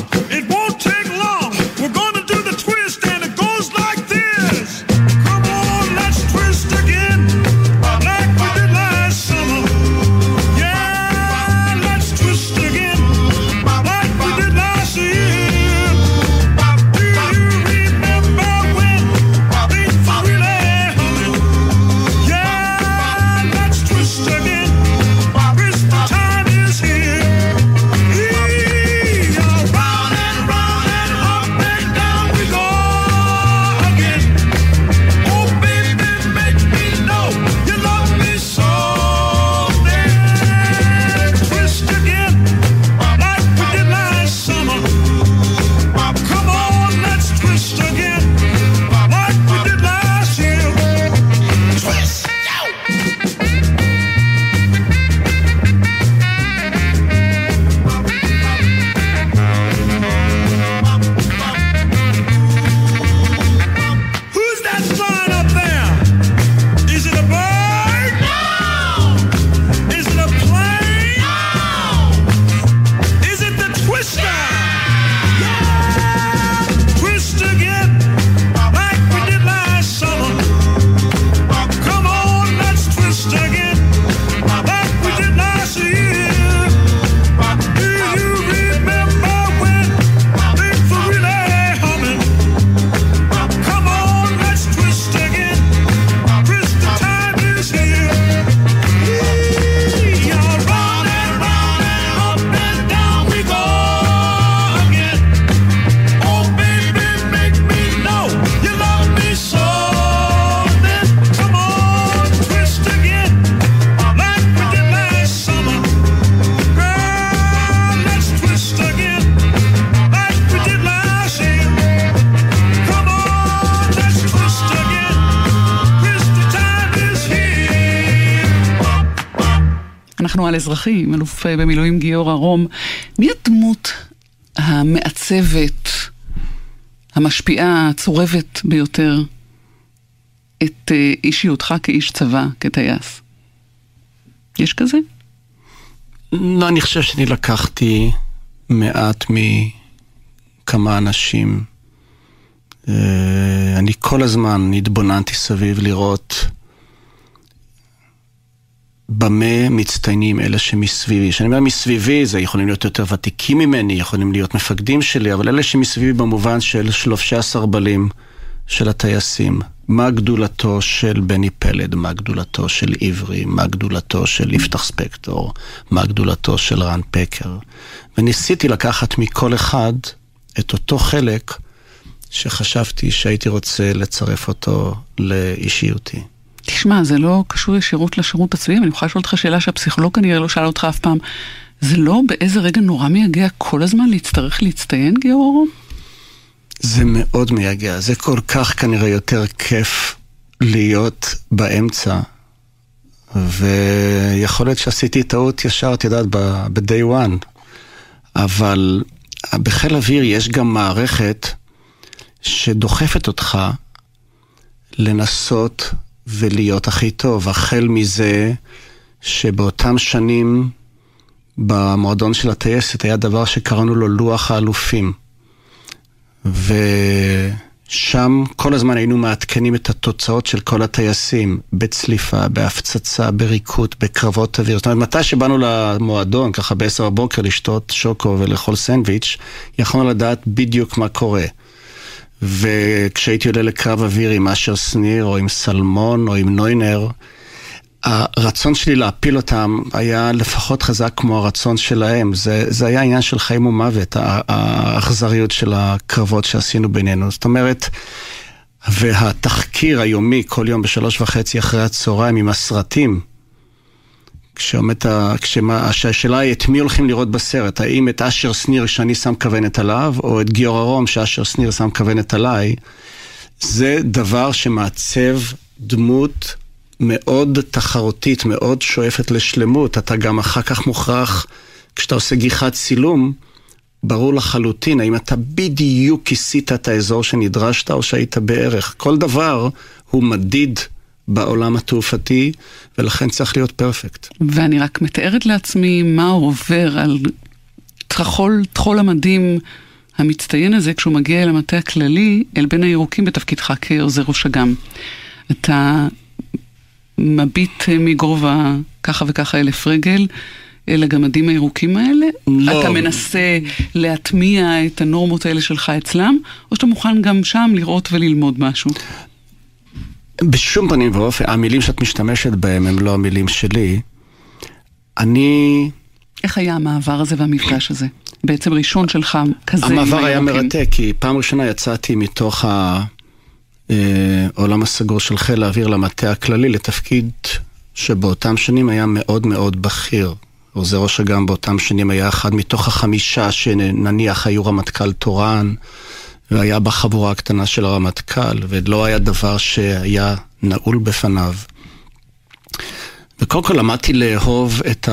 אנחנו על אזרחים, אלוף במילואים גיורא רום. מי הדמות המעצבת, המשפיעה, הצורבת ביותר את אישיותך כאיש צבא, כטייס? יש כזה? לא, אני חושב שאני לקחתי מעט מכמה אנשים. אני כל הזמן התבוננתי סביב לראות במה מצטיינים אלה שמסביבי. כשאני אומר מסביבי, זה יכולים להיות יותר ותיקים ממני, יכולים להיות מפקדים שלי, אבל אלה שמסביבי במובן של 13 בלים של הטייסים. מה גדולתו של בני פלד, מה גדולתו של עברי, מה גדולתו של יפתח ספקטור, מה גדולתו של רן פקר. וניסיתי לקחת מכל אחד את אותו חלק שחשבתי שהייתי רוצה לצרף אותו לאישיותי. תשמע, זה לא קשור ישירות לשירות הצבאי, אני יכולה לשאול אותך שאלה שהפסיכולוג כנראה לא שאל אותך אף פעם. זה לא באיזה רגע נורא מייגע כל הזמן להצטרך להצטיין, גיורא רום? זה מאוד מייגע, זה כל כך כנראה יותר כיף להיות באמצע, ויכול להיות שעשיתי טעות ישר, את יודעת, ב-day one, אבל בחיל אוויר יש גם מערכת שדוחפת אותך לנסות ולהיות הכי טוב, החל מזה שבאותם שנים במועדון של הטייסת היה דבר שקראנו לו לוח האלופים, ושם כל הזמן היינו מעדכנים את התוצאות של כל הטייסים, בצליפה, בהפצצה, בריקות, בקרבות אוויר. זאת אומרת, מתי שבאנו למועדון, ככה ב10 בבוקר לשתות שוקו ולאכול סנדוויץ', יכולנו לדעת בדיוק מה קורה. וכשהייתי עולה לקרב אוויר עם אשר שניר, או עם סלמון, או עם נוינר, הרצון שלי להפיל אותם היה לפחות חזק כמו הרצון שלהם. זה היה עניין של חיים ומוות, האכזריות של הקרבות שעשינו בינינו. זאת אומרת, והתחקיר היומי כל יום ב3:30 אחרי הצהריים עם הסרטים, כשהשאלה היא את מי הולכים לראות בסרט, האם את אשר שניר שאני שם כוונת עליו, או את גיורא רום שאשר שניר שם כוונת עליי, זה דבר שמעצב דמות מאוד תחרותית, מאוד שואפת לשלמות. אתה גם אחר כך מוכרח, כשאתה עושה גיחת צילום, ברור לחלוטין, האם אתה בדיוק כיסית את האזור שנדרשת, או שהיית בערך. כל דבר הוא מדיד בעולם התעופתי, ולכן צריך להיות פרפקט. ואני רק מתארת לעצמי מה עובר על תחול המדים המצטיין הזה, כשהוא מגיע אל המטה הכללי, אל בין הירוקים בתפקידך כעוזר ראש אג"ם. אתה מביט מגובה ככה וככה 1,000 רגל אל הגמדים הירוקים האלה? לא. אתה מנסה להטמיע את הנורמות האלה שלך אצלם, או שאתה מוכן גם שם לראות וללמוד משהו? בשום פנים ואופן, המילים שאת משתמשת בהם הם לא המילים שלי. איך היה המעבר הזה והמפגש הזה? בעצם ראשון שלך כזה? המעבר היה מרתק, כי פעם ראשונה יצאתי מתוך העולם הסגור של חיל האוויר למטה הכללי, לתפקיד שבאותם שנים היה מאוד מאוד בכיר. עוזר ראש אג"ם באותם שנים היה אחד מתוך 5 שנניח היו רמטכ"ל תורן, והיה בחבורה הקטנה של הרמטכ"ל, ולא היה דבר שהיה נעול בפניו. וקודם כל למדתי לאהוב את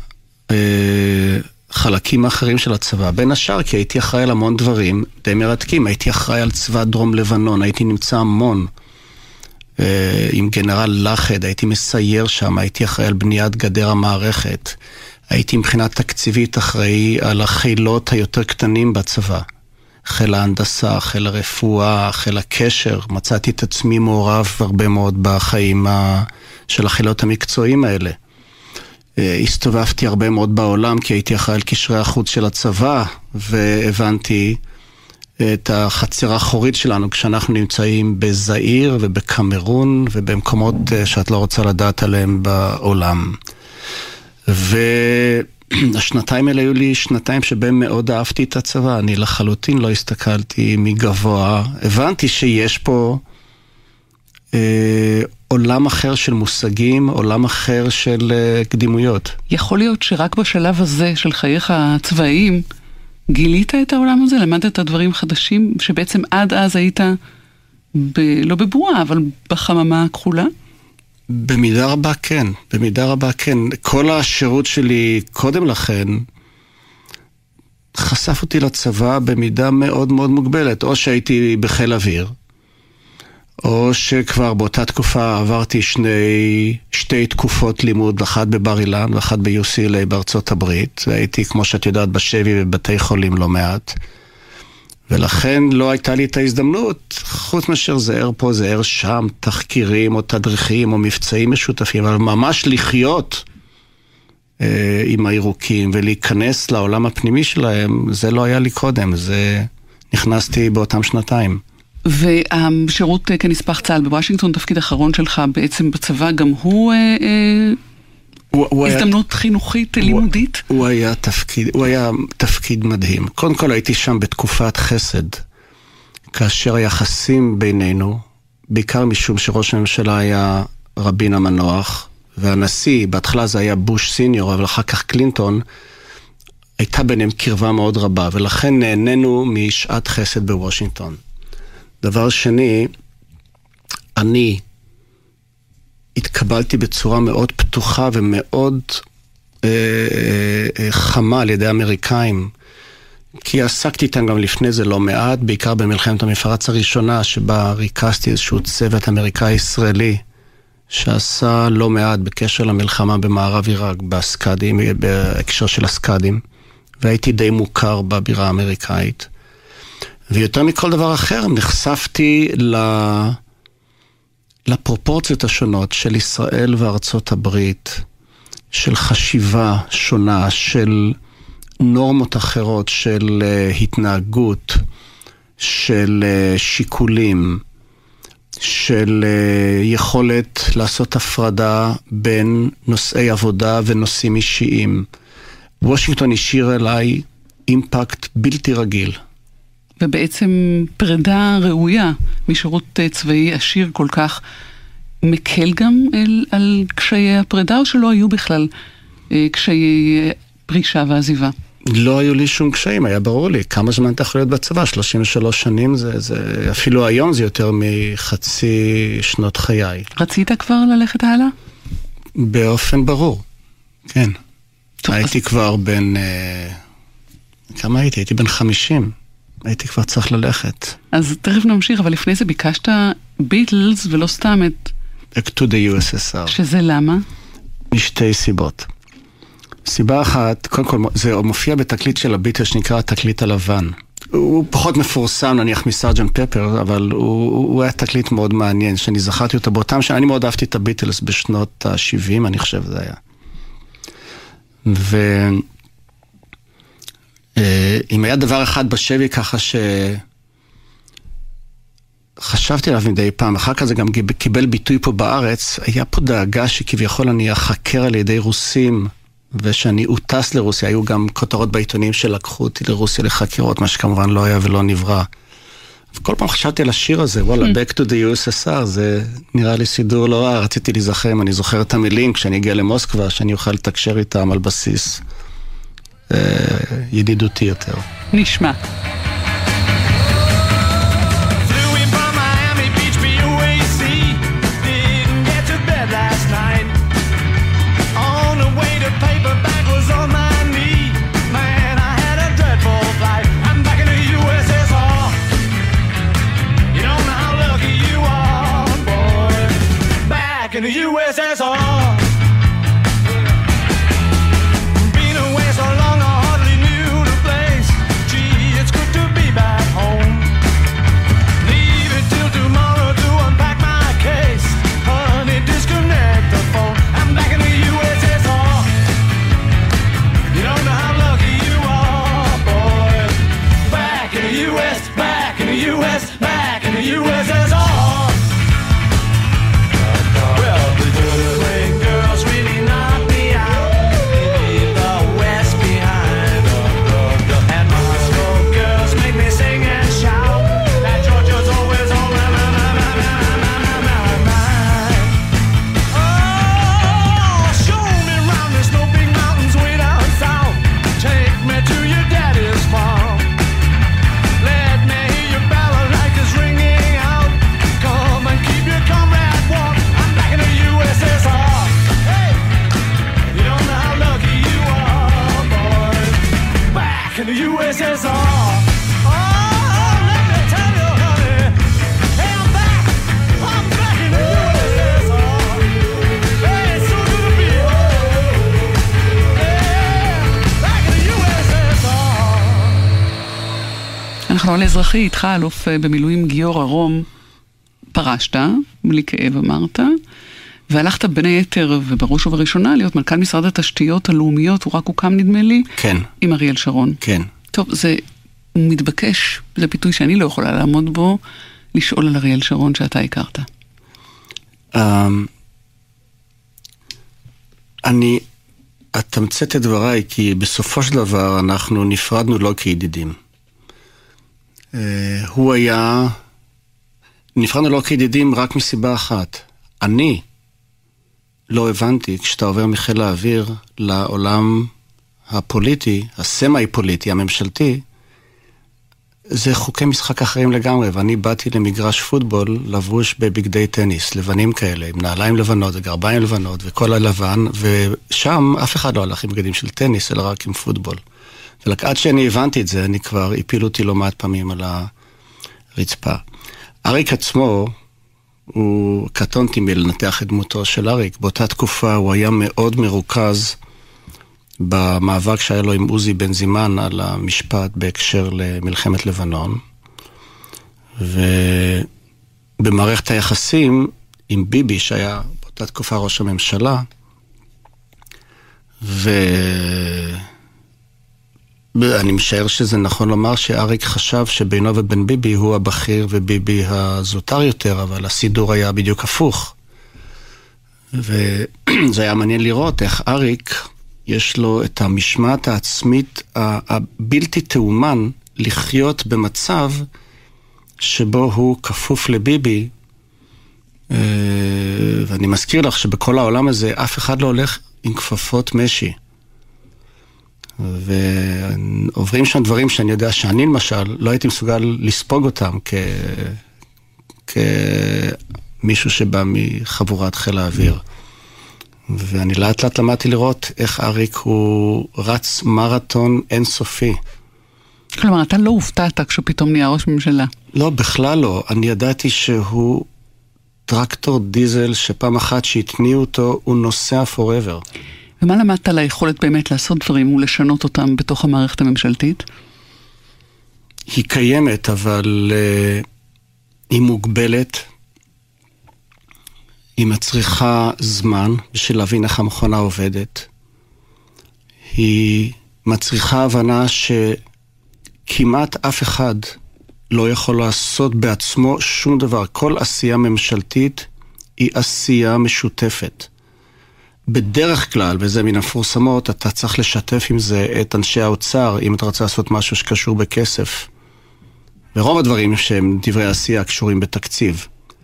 החלקים האחרים של הצבא, בין השאר כי הייתי אחראי על המון דברים די מרתקים. הייתי אחראי על צבא דרום לבנון, הייתי נמצא המון עם גנרל לחד, הייתי מסייר שם, הייתי אחראי על בניית גדר המערכת, הייתי מבחינה תקציבית אחראי על החילות היותר קטנים בצבא, חיל ההנדסה, חיל הרפואה, חיל הקשר. מצאתי את עצמי מעורב הרבה מאוד בחיים של החילות המקצועיים האלה. הסתובבתי הרבה מאוד בעולם, כי הייתי אחראי על קשרי החוץ של הצבא, והבנתי את החצר האחורית שלנו כשאנחנו נמצאים בזעיר ובקמרון ובמקומות שאת לא רוצה לדעת עליהם בעולם. והשנתיים האלה היו לי שנתיים שבהם מאוד אהבתי את הצבא. אני לחלוטין לא הסתכלתי מגבוה. הבנתי שיש פה עולם אחר של מושגים, עולם אחר של קדימויות. יכול להיות שרק בשלב הזה של חייך הצבאיים גילית את העולם הזה, למדת דברים חדשים שבעצם עד אז היית לא בבועה, אבל בחממה הכחולה? במידה רבה כן, במידה רבה כן. כל השירות שלי קודם לכן חשף אותי לצבא במידה מאוד מאוד מוגבלת. או שהייתי בחיל אוויר, או שכבר באותה תקופה עברתי שתי תקופות לימוד, אחת בבר אילן ואחת ב-UCLA בארצות הברית. והייתי, כמו שאת יודעת, בשבי בבתי חולים לא מעט. ולכן לא הייתה לי את ההזדמנות, חוץ מאשר זהר פה, זהר שם, תחקירים או תדריכים או מבצעים משותפים, אבל ממש לחיות עם הירוקים ולהיכנס לעולם הפנימי שלהם, זה לא היה לי קודם, זה נכנסתי באותם שנתיים. והשירות כנספח צה"ל בוושינגטון, תפקיד אחרון שלך בעצם בצבא, גם הוא הזדמנות חינוכית לימודית? הוא היה תפקיד מדהים. קודם כל הייתי שם בתקופת חסד, כאשר היחסים בינינו, בעיקר משום שראש הממשלה היה רבין המנוח, והנשיא, בהתחלה זה היה בוש סיניור, אבל אחר כך קלינטון, הייתה ביניהם קרבה מאוד רבה, ולכן נהנינו משעת חסד בוושינגטון. דבר שני, אני התקבלתי בצורה מאוד פתוחה ומאוד חמה על ידי האמריקאים, כי עסקתי איתם גם לפני זה לא מעט, בעיקר במלחמת המפרץ הראשונה, שבה ריכזתי איזשהו צוות אמריקאי ישראלי, שעשה לא מעט בקשר למלחמה במערב עיראק, בסקאדים, בהקשר של הסקאדים, והייתי די מוכר בבירה האמריקאית. ויותר מכל דבר אחר, נחשפתי לפרופורציות השונות של ישראל וארצות הברית, של חשיבה שונה, של נורמות אחרות, של התנהגות, של שיקולים, של יכולת לעשות הפרדה בין נושאי עבודה ונושאים אישיים. וושינגטון השאיר אליי אימפקט בלתי רגיל. ובעצם פרידה ראויה משירות צבאי עשיר כל כך, מקל גם על קשיי הפרידה, או שלא היו בכלל קשיי פרישה ועזיבה? לא היו לי שום קשיים, היה ברור לי. כמה זמן אתה יכול להיות בצבא? 33 שנים, אפילו היום זה יותר מחצי שנות חיי. רצית כבר ללכת הלאה? באופן ברור, כן. הייתי כבר בן... כמה הייתי? הייתי בן 50. הייתי כבר צריך ללכת. אז תכף נמשיך, אבל לפני זה ביקשת ביטלס ולא סתם את... Back to the USSR. שזה למה? משתי סיבות. סיבה אחת, קודם כל, זה מופיע בתקליט של הביטלס שנקרא התקליט הלבן. הוא פחות מפורסם, נניח מסרג'נט פפר, אבל הוא היה תקליט מאוד מעניין, שאני זכרתי אותו באותם שאני מאוד אהבתי את הביטלס בשנות ה-70, אני חושב זה היה. אם היה דבר אחד בשבי ככה שחשבתי עליו מדי פעם, אחר כך זה גם קיבל ביטוי פה בארץ, היה פה דאגה שכביכול אני אחקר על ידי רוסים, ושאני אוטס לרוסיה, היו גם כותרות בעיתונים שלקחו אותי לרוסיה לחקירות, מה שכמובן לא היה ולא נברא. וכל פעם חשבתי על השיר הזה, וואלה, Back to the USSR, זה נראה לי סידור לא רע, רציתי להיזכר, אני זוכר את המילים כשאני אגיע למוסקבה, שאני אוכל לתקשר איתם על בסיס ידידותי יותר. נשמע. In the USSR, been away so long I hardly knew the place. Gee, it's good to be back home. Leave it till tomorrow to unpack my case. Honey, disconnect the phone. I'm back in the USSR. You don't know how lucky you are, boy. Back in the US, back in the US, back in the USSR. Well, the good ain't הטכנולוגיה האזרחי, איתך אלוף במילואים גיורא רום, פרשת, בלי כאב אמרת, והלכת בין היתר ובראש ובראשונה להיות מנכ"ל משרד התשתיות הלאומיות, הוא רק הוקם נדמה לי, כן. עם אריאל שרון. כן. טוב, זה מתבקש, זה פיתוי שאני לא יכולה לעמוד בו, לשאול על אריאל שרון שאתה הכרת. אני אתמצת את דבריי, כי בסופו של דבר אנחנו נפרדנו לא כידידים. נפרדנו לא כידידים רק מסיבה אחת. אני לא הבנתי, כשאתה עובר מחיל האוויר לעולם הפוליטי, הסמי-פוליטי, הממשלתי, זה חוקי משחק אחרים לגמרי, ואני באתי למגרש פוטבול לבוש בבגדי טניס, לבנים כאלה, עם נעליים לבנות וגרביים לבנות וכל הלבן, ושם אף אחד לא הלך עם בגדים של טניס, אלא רק עם פוטבול. ועד שאני הבנתי את זה, אני כבר הפילו אותי לא מעט פעמים על הרצפה. אריק עצמו, הוא קטונתי מלנתח את דמותו של אריק, באותה תקופה הוא היה מאוד מרוכז במאבק שהיה לו עם עוזי בן זימן על המשפט בהקשר למלחמת לבנון, ובמערכת היחסים עם ביבי שהיה באותה תקופה ראש הממשלה, ואני משער שזה נכון לומר שאריק חשב שבינו ובין ביבי הוא הבכיר וביבי הזוטר יותר, אבל הסידור היה בדיוק הפוך. וזה היה מעניין לראות איך אריק יש לו את המשמעת העצמית הבלתי תאומן לחיות במצב שבו הוא כפוף לביבי. ואני מזכיר לך שבכל העולם הזה אף אחד לא הולך עם כפפות משי. ועוברים שם דברים שאני יודע שאני למשל לא הייתי מסוגל לספוג אותם כמישהו שבא מחבורת חיל האוויר. ואני לאט לאט למדתי לראות איך אריק הוא רץ מרתון אינסופי. כלומר, אתה לא הופתעת כשפתאום נהיה ראש ממשלה? לא, בכלל לא. אני ידעתי שהוא טרקטור דיזל שפעם אחת שהתניעו אותו הוא נוסע forever. ומה למדת על היכולת באמת לעשות דברים ולשנות אותם בתוך המערכת הממשלתית? היא קיימת, אבל היא מוגבלת. היא מצריכה זמן בשביל להבין איך המכונה עובדת. היא מצריכה הבנה שכמעט אף אחד לא יכול לעשות בעצמו שום דבר. כל עשייה ממשלתית היא עשייה משותפת. בדרך כלל, וזה מן המפורסמות, אתה צריך לשתף עם זה את אנשי האוצר, אם אתה רוצה לעשות משהו שקשור בכסף. ורוב הדברים שהם דברי עשייה קשורים בתקציב.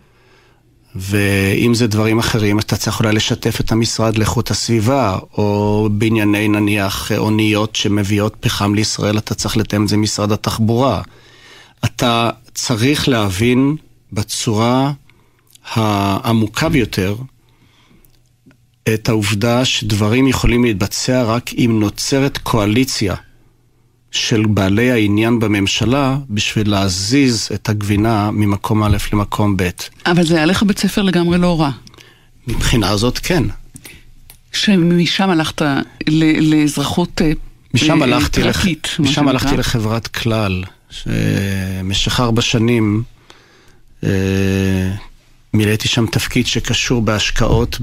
ואם זה דברים אחרים, אתה צריך אולי לשתף את המשרד לאיכות הסביבה, או בענייני נניח אוניות שמביאות פחם לישראל, אתה צריך לתאם את זה משרד התחבורה. אתה צריך להבין בצורה העמוקה ביותר, את העובדה שדברים יכולים להתבצע רק אם נוצרת קואליציה של בעלי העניין בממשלה בשביל להזיז את הגבינה ממקום א' למקום ב'. אבל זה היה לך בית ספר לגמרי לא רע. מבחינה הזאת כן. שמשם הלכת לאזרחות פרטית. משם הלכתי לחברת כלל, שמשך 4 שנים מילאתי שם תפקיד שקשור בהשקעות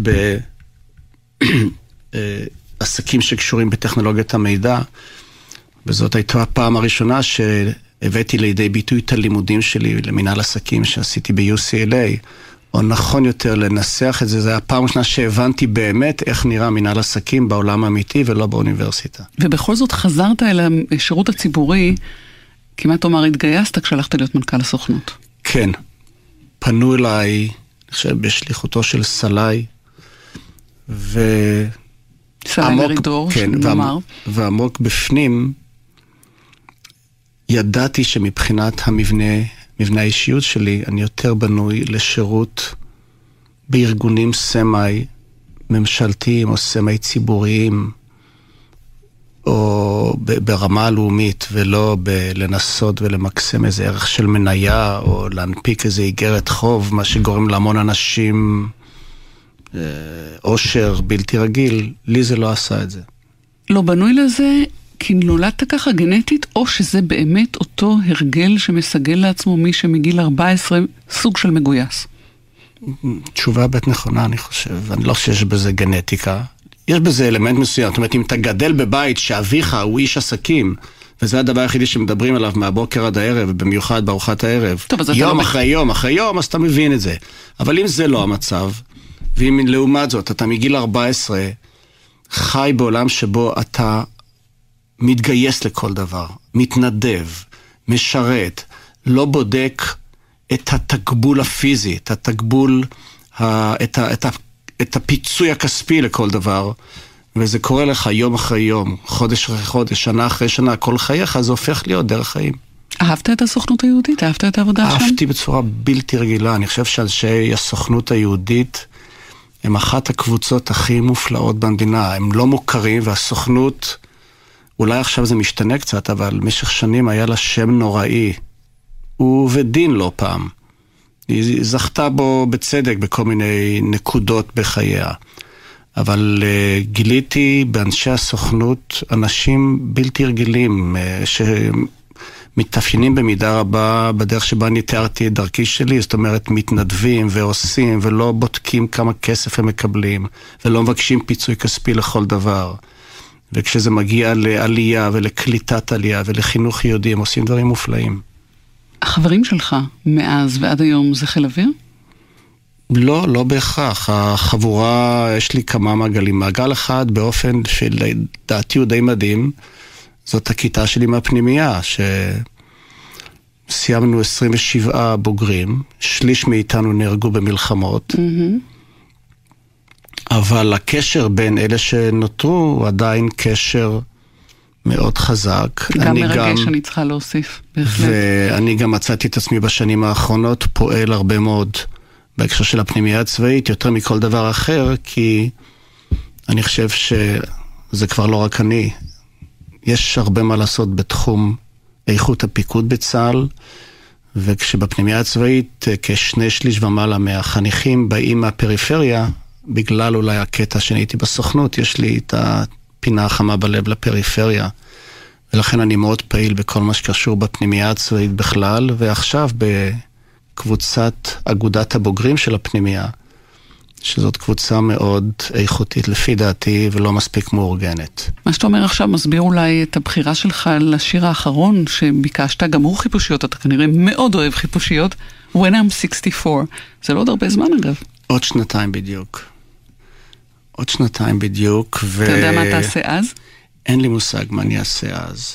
עסקים שקשורים בטכנולוגיית המידע, וזאת הייתה הפעם הראשונה שהבאתי לידי ביטוי את הלימודים שלי למנהל עסקים שעשיתי ב-UCLA, או נכון יותר לנסח את זה, זה היה הפעם ראשונה שהבנתי באמת איך נראה מנהל עסקים בעולם האמיתי ולא באוניברסיטה. ובכל זאת חזרת אל השירות הציבורי, כמעט אומר התגייסת כשהלכת להיות מנכ"ל הסוכנות. כן, פנו אליי, אני חושב בשליחותו של סלאי, סלאי מרידור, שנאמר. ועמוק בפנים, ידעתי שמבחינת מבנה האישיות שלי, אני יותר בנוי לשירות בארגונים סמי ממשלתיים או סמי ציבוריים, או ברמה הלאומית, ולא לנסות ולמקסם איזה ערך של מניה, או להנפיק איזה איגרת חוב, מה שגורם להמון אנשים עושר בלתי רגיל. לי זה לא עשה את זה. לא בנוי לזה, כי נולדת ככה גנטית, או שזה באמת אותו הרגל שמסגל לעצמו מי שמגיל 14 סוג של מגויס? תשובה בית נכונה, אני חושב. אני לא חושב שיש בזה גנטיקה. יש בזה אלמנט מסוים. זאת אומרת, אם אתה גדל בבית שאביך הוא איש עסקים, וזה הדבר היחידי שמדברים עליו מהבוקר עד הערב, במיוחד בארוחת הערב, יום אחרי יום אחרי יום, אז אתה מבין את זה. אבל אם זה לא המצב, ואם לעומת זאת אתה מגיל 14 חי בעולם שבו אתה מתגייס לכל דבר, מתנדב, משרת, לא בודק את התגבול הפיזי, את התגבול, את הפיצוי הכספי לכל דבר, וזה קורה לך יום אחרי יום, חודש אחרי חודש, שנה אחרי שנה, כל חייך, זה הופך להיות דרך חיים. אהבת את הסוכנות היהודית? אהבת את העבודה שם? אהבתי בצורה בלתי רגילה. אני חושב שאנשי הסוכנות היהודית הם אחת הקבוצות הכי מופלאות במדינה. הם לא מוכרים, והסוכנות, אולי עכשיו זה משתנה קצת, אבל במשך שנים היה לה שם נוראי. ובדין לא פעם. היא זכתה בו בצדק בכל מיני נקודות בחייה. אבל גיליתי באנשי הסוכנות אנשים בלתי רגילים שמתאפיינים במידה רבה בדרך שבה אני תיארתי את דרכי שלי, זאת אומרת מתנדבים ועושים ולא בודקים כמה כסף הם מקבלים ולא מבקשים פיצוי כספי לכל דבר. וכשזה מגיע לעלייה ולקליטת עלייה ולחינוך יהודי הם עושים דברים מופלאים. החברים שלך מאז ועד היום זה חיל אוויר? לא, לא בהכרח. החבורה, יש לי כמה מעגלים. מעגל אחד באופן שלדעתי הוא די מדהים, זאת הכיתה שלי מהפנימייה, שסיימנו 27 בוגרים, שליש מאיתנו נהרגו במלחמות, אבל הקשר בין אלה שנותרו הוא עדיין קשר מאוד חזק. גם מרגש אני צריכה להוסיף, בהחלט. ואני גם מצאתי את עצמי בשנים האחרונות פועל הרבה מאוד בהקשר של הפנימייה הצבאית, יותר מכל דבר אחר, כי אני חושב שזה כבר לא רק אני. יש הרבה מה לעשות בתחום איכות הפיקוד בצה"ל, וכשבפנימייה הצבאית כ2/3 ומעלה מהחניכים באים מהפריפריה, בגלל אולי הקטע שאני הייתי בסוכנות, יש לי את הפינה החמה בלב לפריפריה, ולכן אני מאוד פעיל בכל מה שקשור בפנימייה הצבאית בכלל, ועכשיו קבוצת אגודת הבוגרים של הפנימייה, שזאת קבוצה מאוד איכותית לפי דעתי ולא מספיק מאורגנת. מה שאתה אומר עכשיו מסביר אולי את הבחירה שלך לשיר האחרון שביקשת, גם הוא חיפושיות, אתה כנראה מאוד אוהב חיפושיות, When I'm 64. זה לא עוד הרבה זמן אגב. עוד שנתיים בדיוק. עוד שנתיים בדיוק. אתה יודע מה תעשה אז? אין לי מושג מה אני אעשה אז.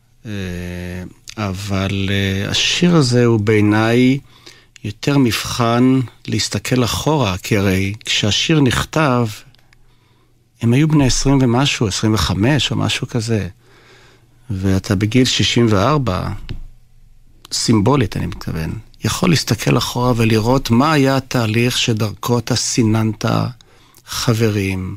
אבל השיר הזה הוא בעיניי יותר מבחן להסתכל אחורה, כי הרי כשהשיר נכתב, הם היו בני 20 ומשהו, 25 או משהו כזה. ואתה בגיל 64, סימבולית אני מתכוון, יכול להסתכל אחורה ולראות מה היה התהליך שדרכו אתה סיננת חברים,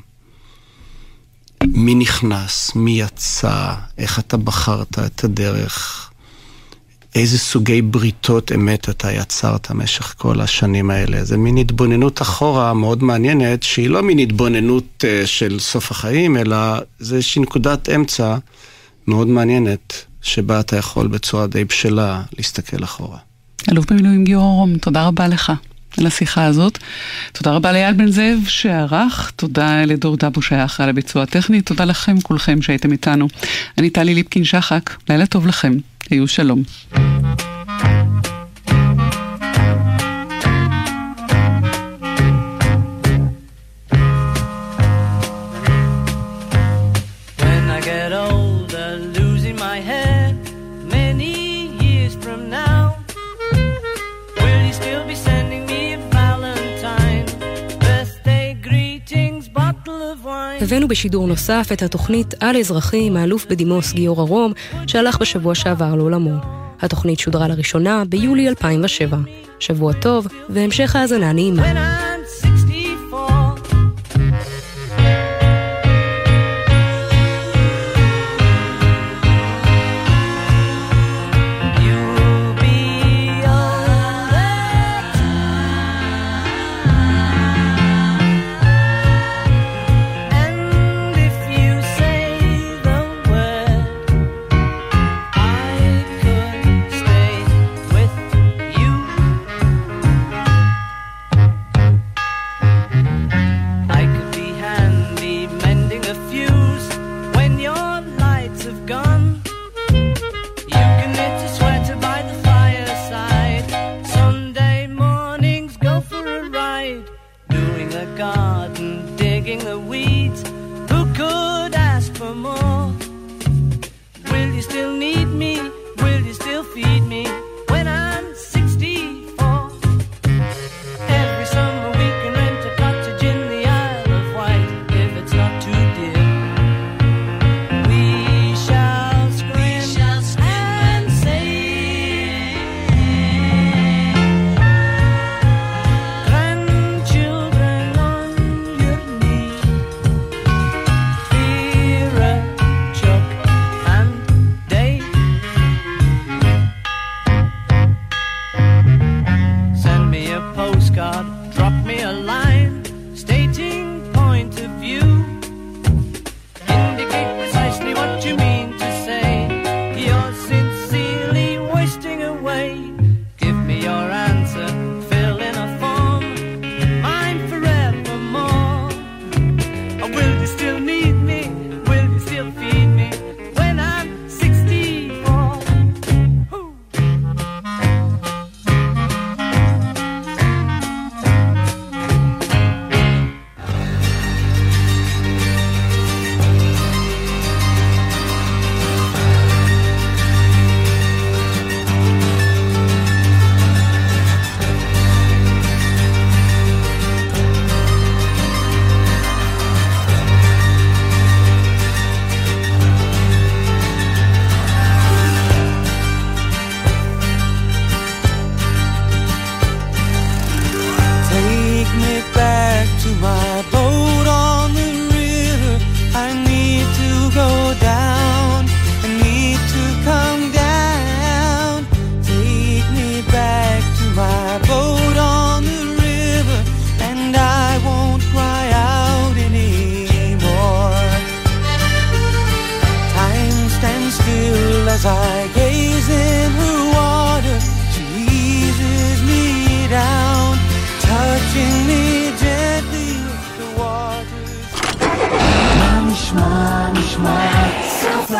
מי נכנס, מי יצא, איך אתה בחרת את הדרך, איזה סוגי בריתות אמת אתה יצרת משך כל השנים האלה. זה מין התבוננות אחורה מאוד מעניינת, שהיא לא מין התבוננות של סוף החיים, אלא זה איזושהי נקודת אמצע מאוד מעניינת, שבה אתה יכול בצורה די בשלה להסתכל אחורה. אלוף במילואים גיורא רום, תודה רבה לך על השיחה הזאת. תודה רבה לאייל בן זאב שערך, תודה לדור דבו שהיה אחראי לביצוע הטכני, תודה לכם כולכם שהייתם איתנו. אני טלי ליפקין שחק, לילה טוב לכם, היו שלום. הבאנו בשידור נוסף את התוכנית על אזרחי מאלוף בדימוס גיורא רום שהלך בשבוע שעבר לעולמו. התוכנית שודרה לראשונה ביולי 2007. שבוע טוב והמשך האזנה נעימה.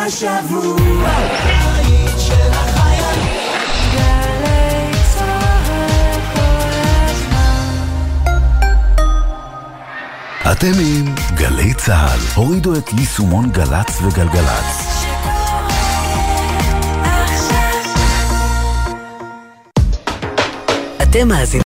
השבוע, הבית של החיילים. גלי צהל כל הזמן. אתם עם גלי צהל. הורידו את יישומון גלץ וגלגלץ. אתם מאזינים